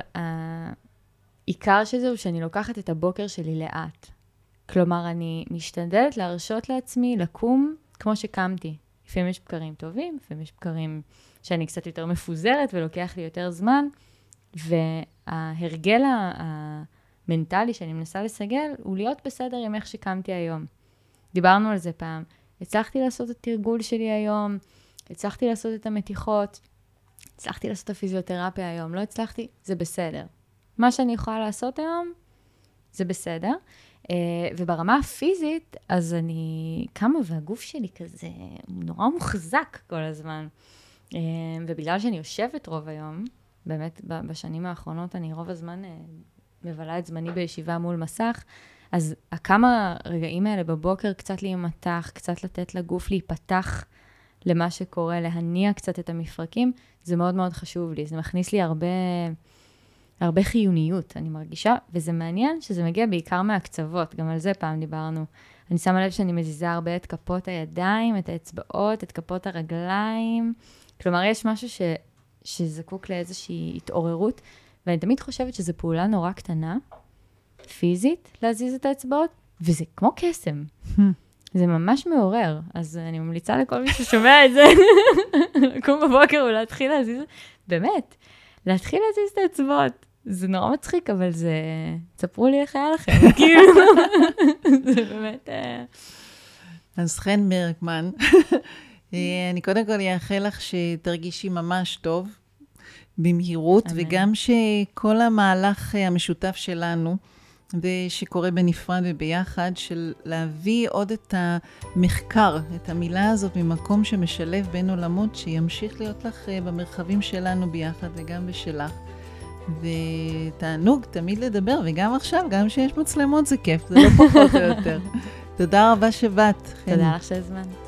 העיקר של זה הוא שאני לוקחת את הבוקר שלי לאט. כלומר, אני משתדלת להרשות לעצמי לקום כמו שקמתי. לפעמים יש בקרים טובים, לפעמים יש בקרים שאני קצת יותר מפוזרת ולוקח לי יותר זמן, וההרגל המנטלי שאני מנסה לסגל הוא להיות בסדר עם איך שקמתי היום. דיברנו על זה פעם. הצלחתי לעשות את התרגול שלי היום, הצלחתי לעשות את המתיחות, הצלחתי לעשות את הפיזיותרפיה היום, לא הצלחתי, זה בסדר. מה שאני יכולה לעשות היום, זה בסדר. וברמה הפיזית, אז אני קמה והגוף שלי כזה, הוא נורא מוחזק כל הזמן. ובגלל שאני יושבת רוב היום, באמת בשנים האחרונות אני רוב הזמן מבלה את זמני בישיבה מול מסך, אז הכמה רגעים האלה בבוקר קצת להימתח, קצת לתת לגוף להיפתח למה שקורה, להניע קצת את המפרקים, זה מאוד מאוד חשוב לי. זה מכניס לי הרבה, הרבה חיוניות, אני מרגישה, וזה מעניין שזה מגיע בעיקר מהקצוות, גם על זה פעם דיברנו. אני שמה לב שאני מזיזה הרבה את כפות הידיים, את האצבעות, את כפות הרגליים. כלומר, יש משהו ש, שזקוק לאיזושהי התעוררות, ואני תמיד חושבת שזו פעולה נורא קטנה, פיזית, להזיז את האצבעות, וזה כמו קסם. זה ממש מעורר, אז אני ממליצה לכל מי ששומע את זה, לקום בבוקר ולהתחיל להזיז, באמת, להתחיל להזיז את האצבעות. זה נורא מצחיק, אבל זה, תספרו לי איך היה לכם, כאילו, זה באמת... אז חן מרקמן, אני קודם כל אאחל לך שתרגישי ממש טוב, במהירות, וגם שכל המהלך המשותף שלנו, ושקורה בנפרד וביחד, של להביא עוד את המחקר, את המילה הזאת ממקום שמשלב בין עולמות, שימשיך להיות לך במרחבים שלנו ביחד וגם בשלך. ותענוג תמיד לדבר, וגם עכשיו, גם שיש מצלמות זה כיף, זה לא פחות או יותר. תודה רבה שבאת. תודה לך שהזמנת.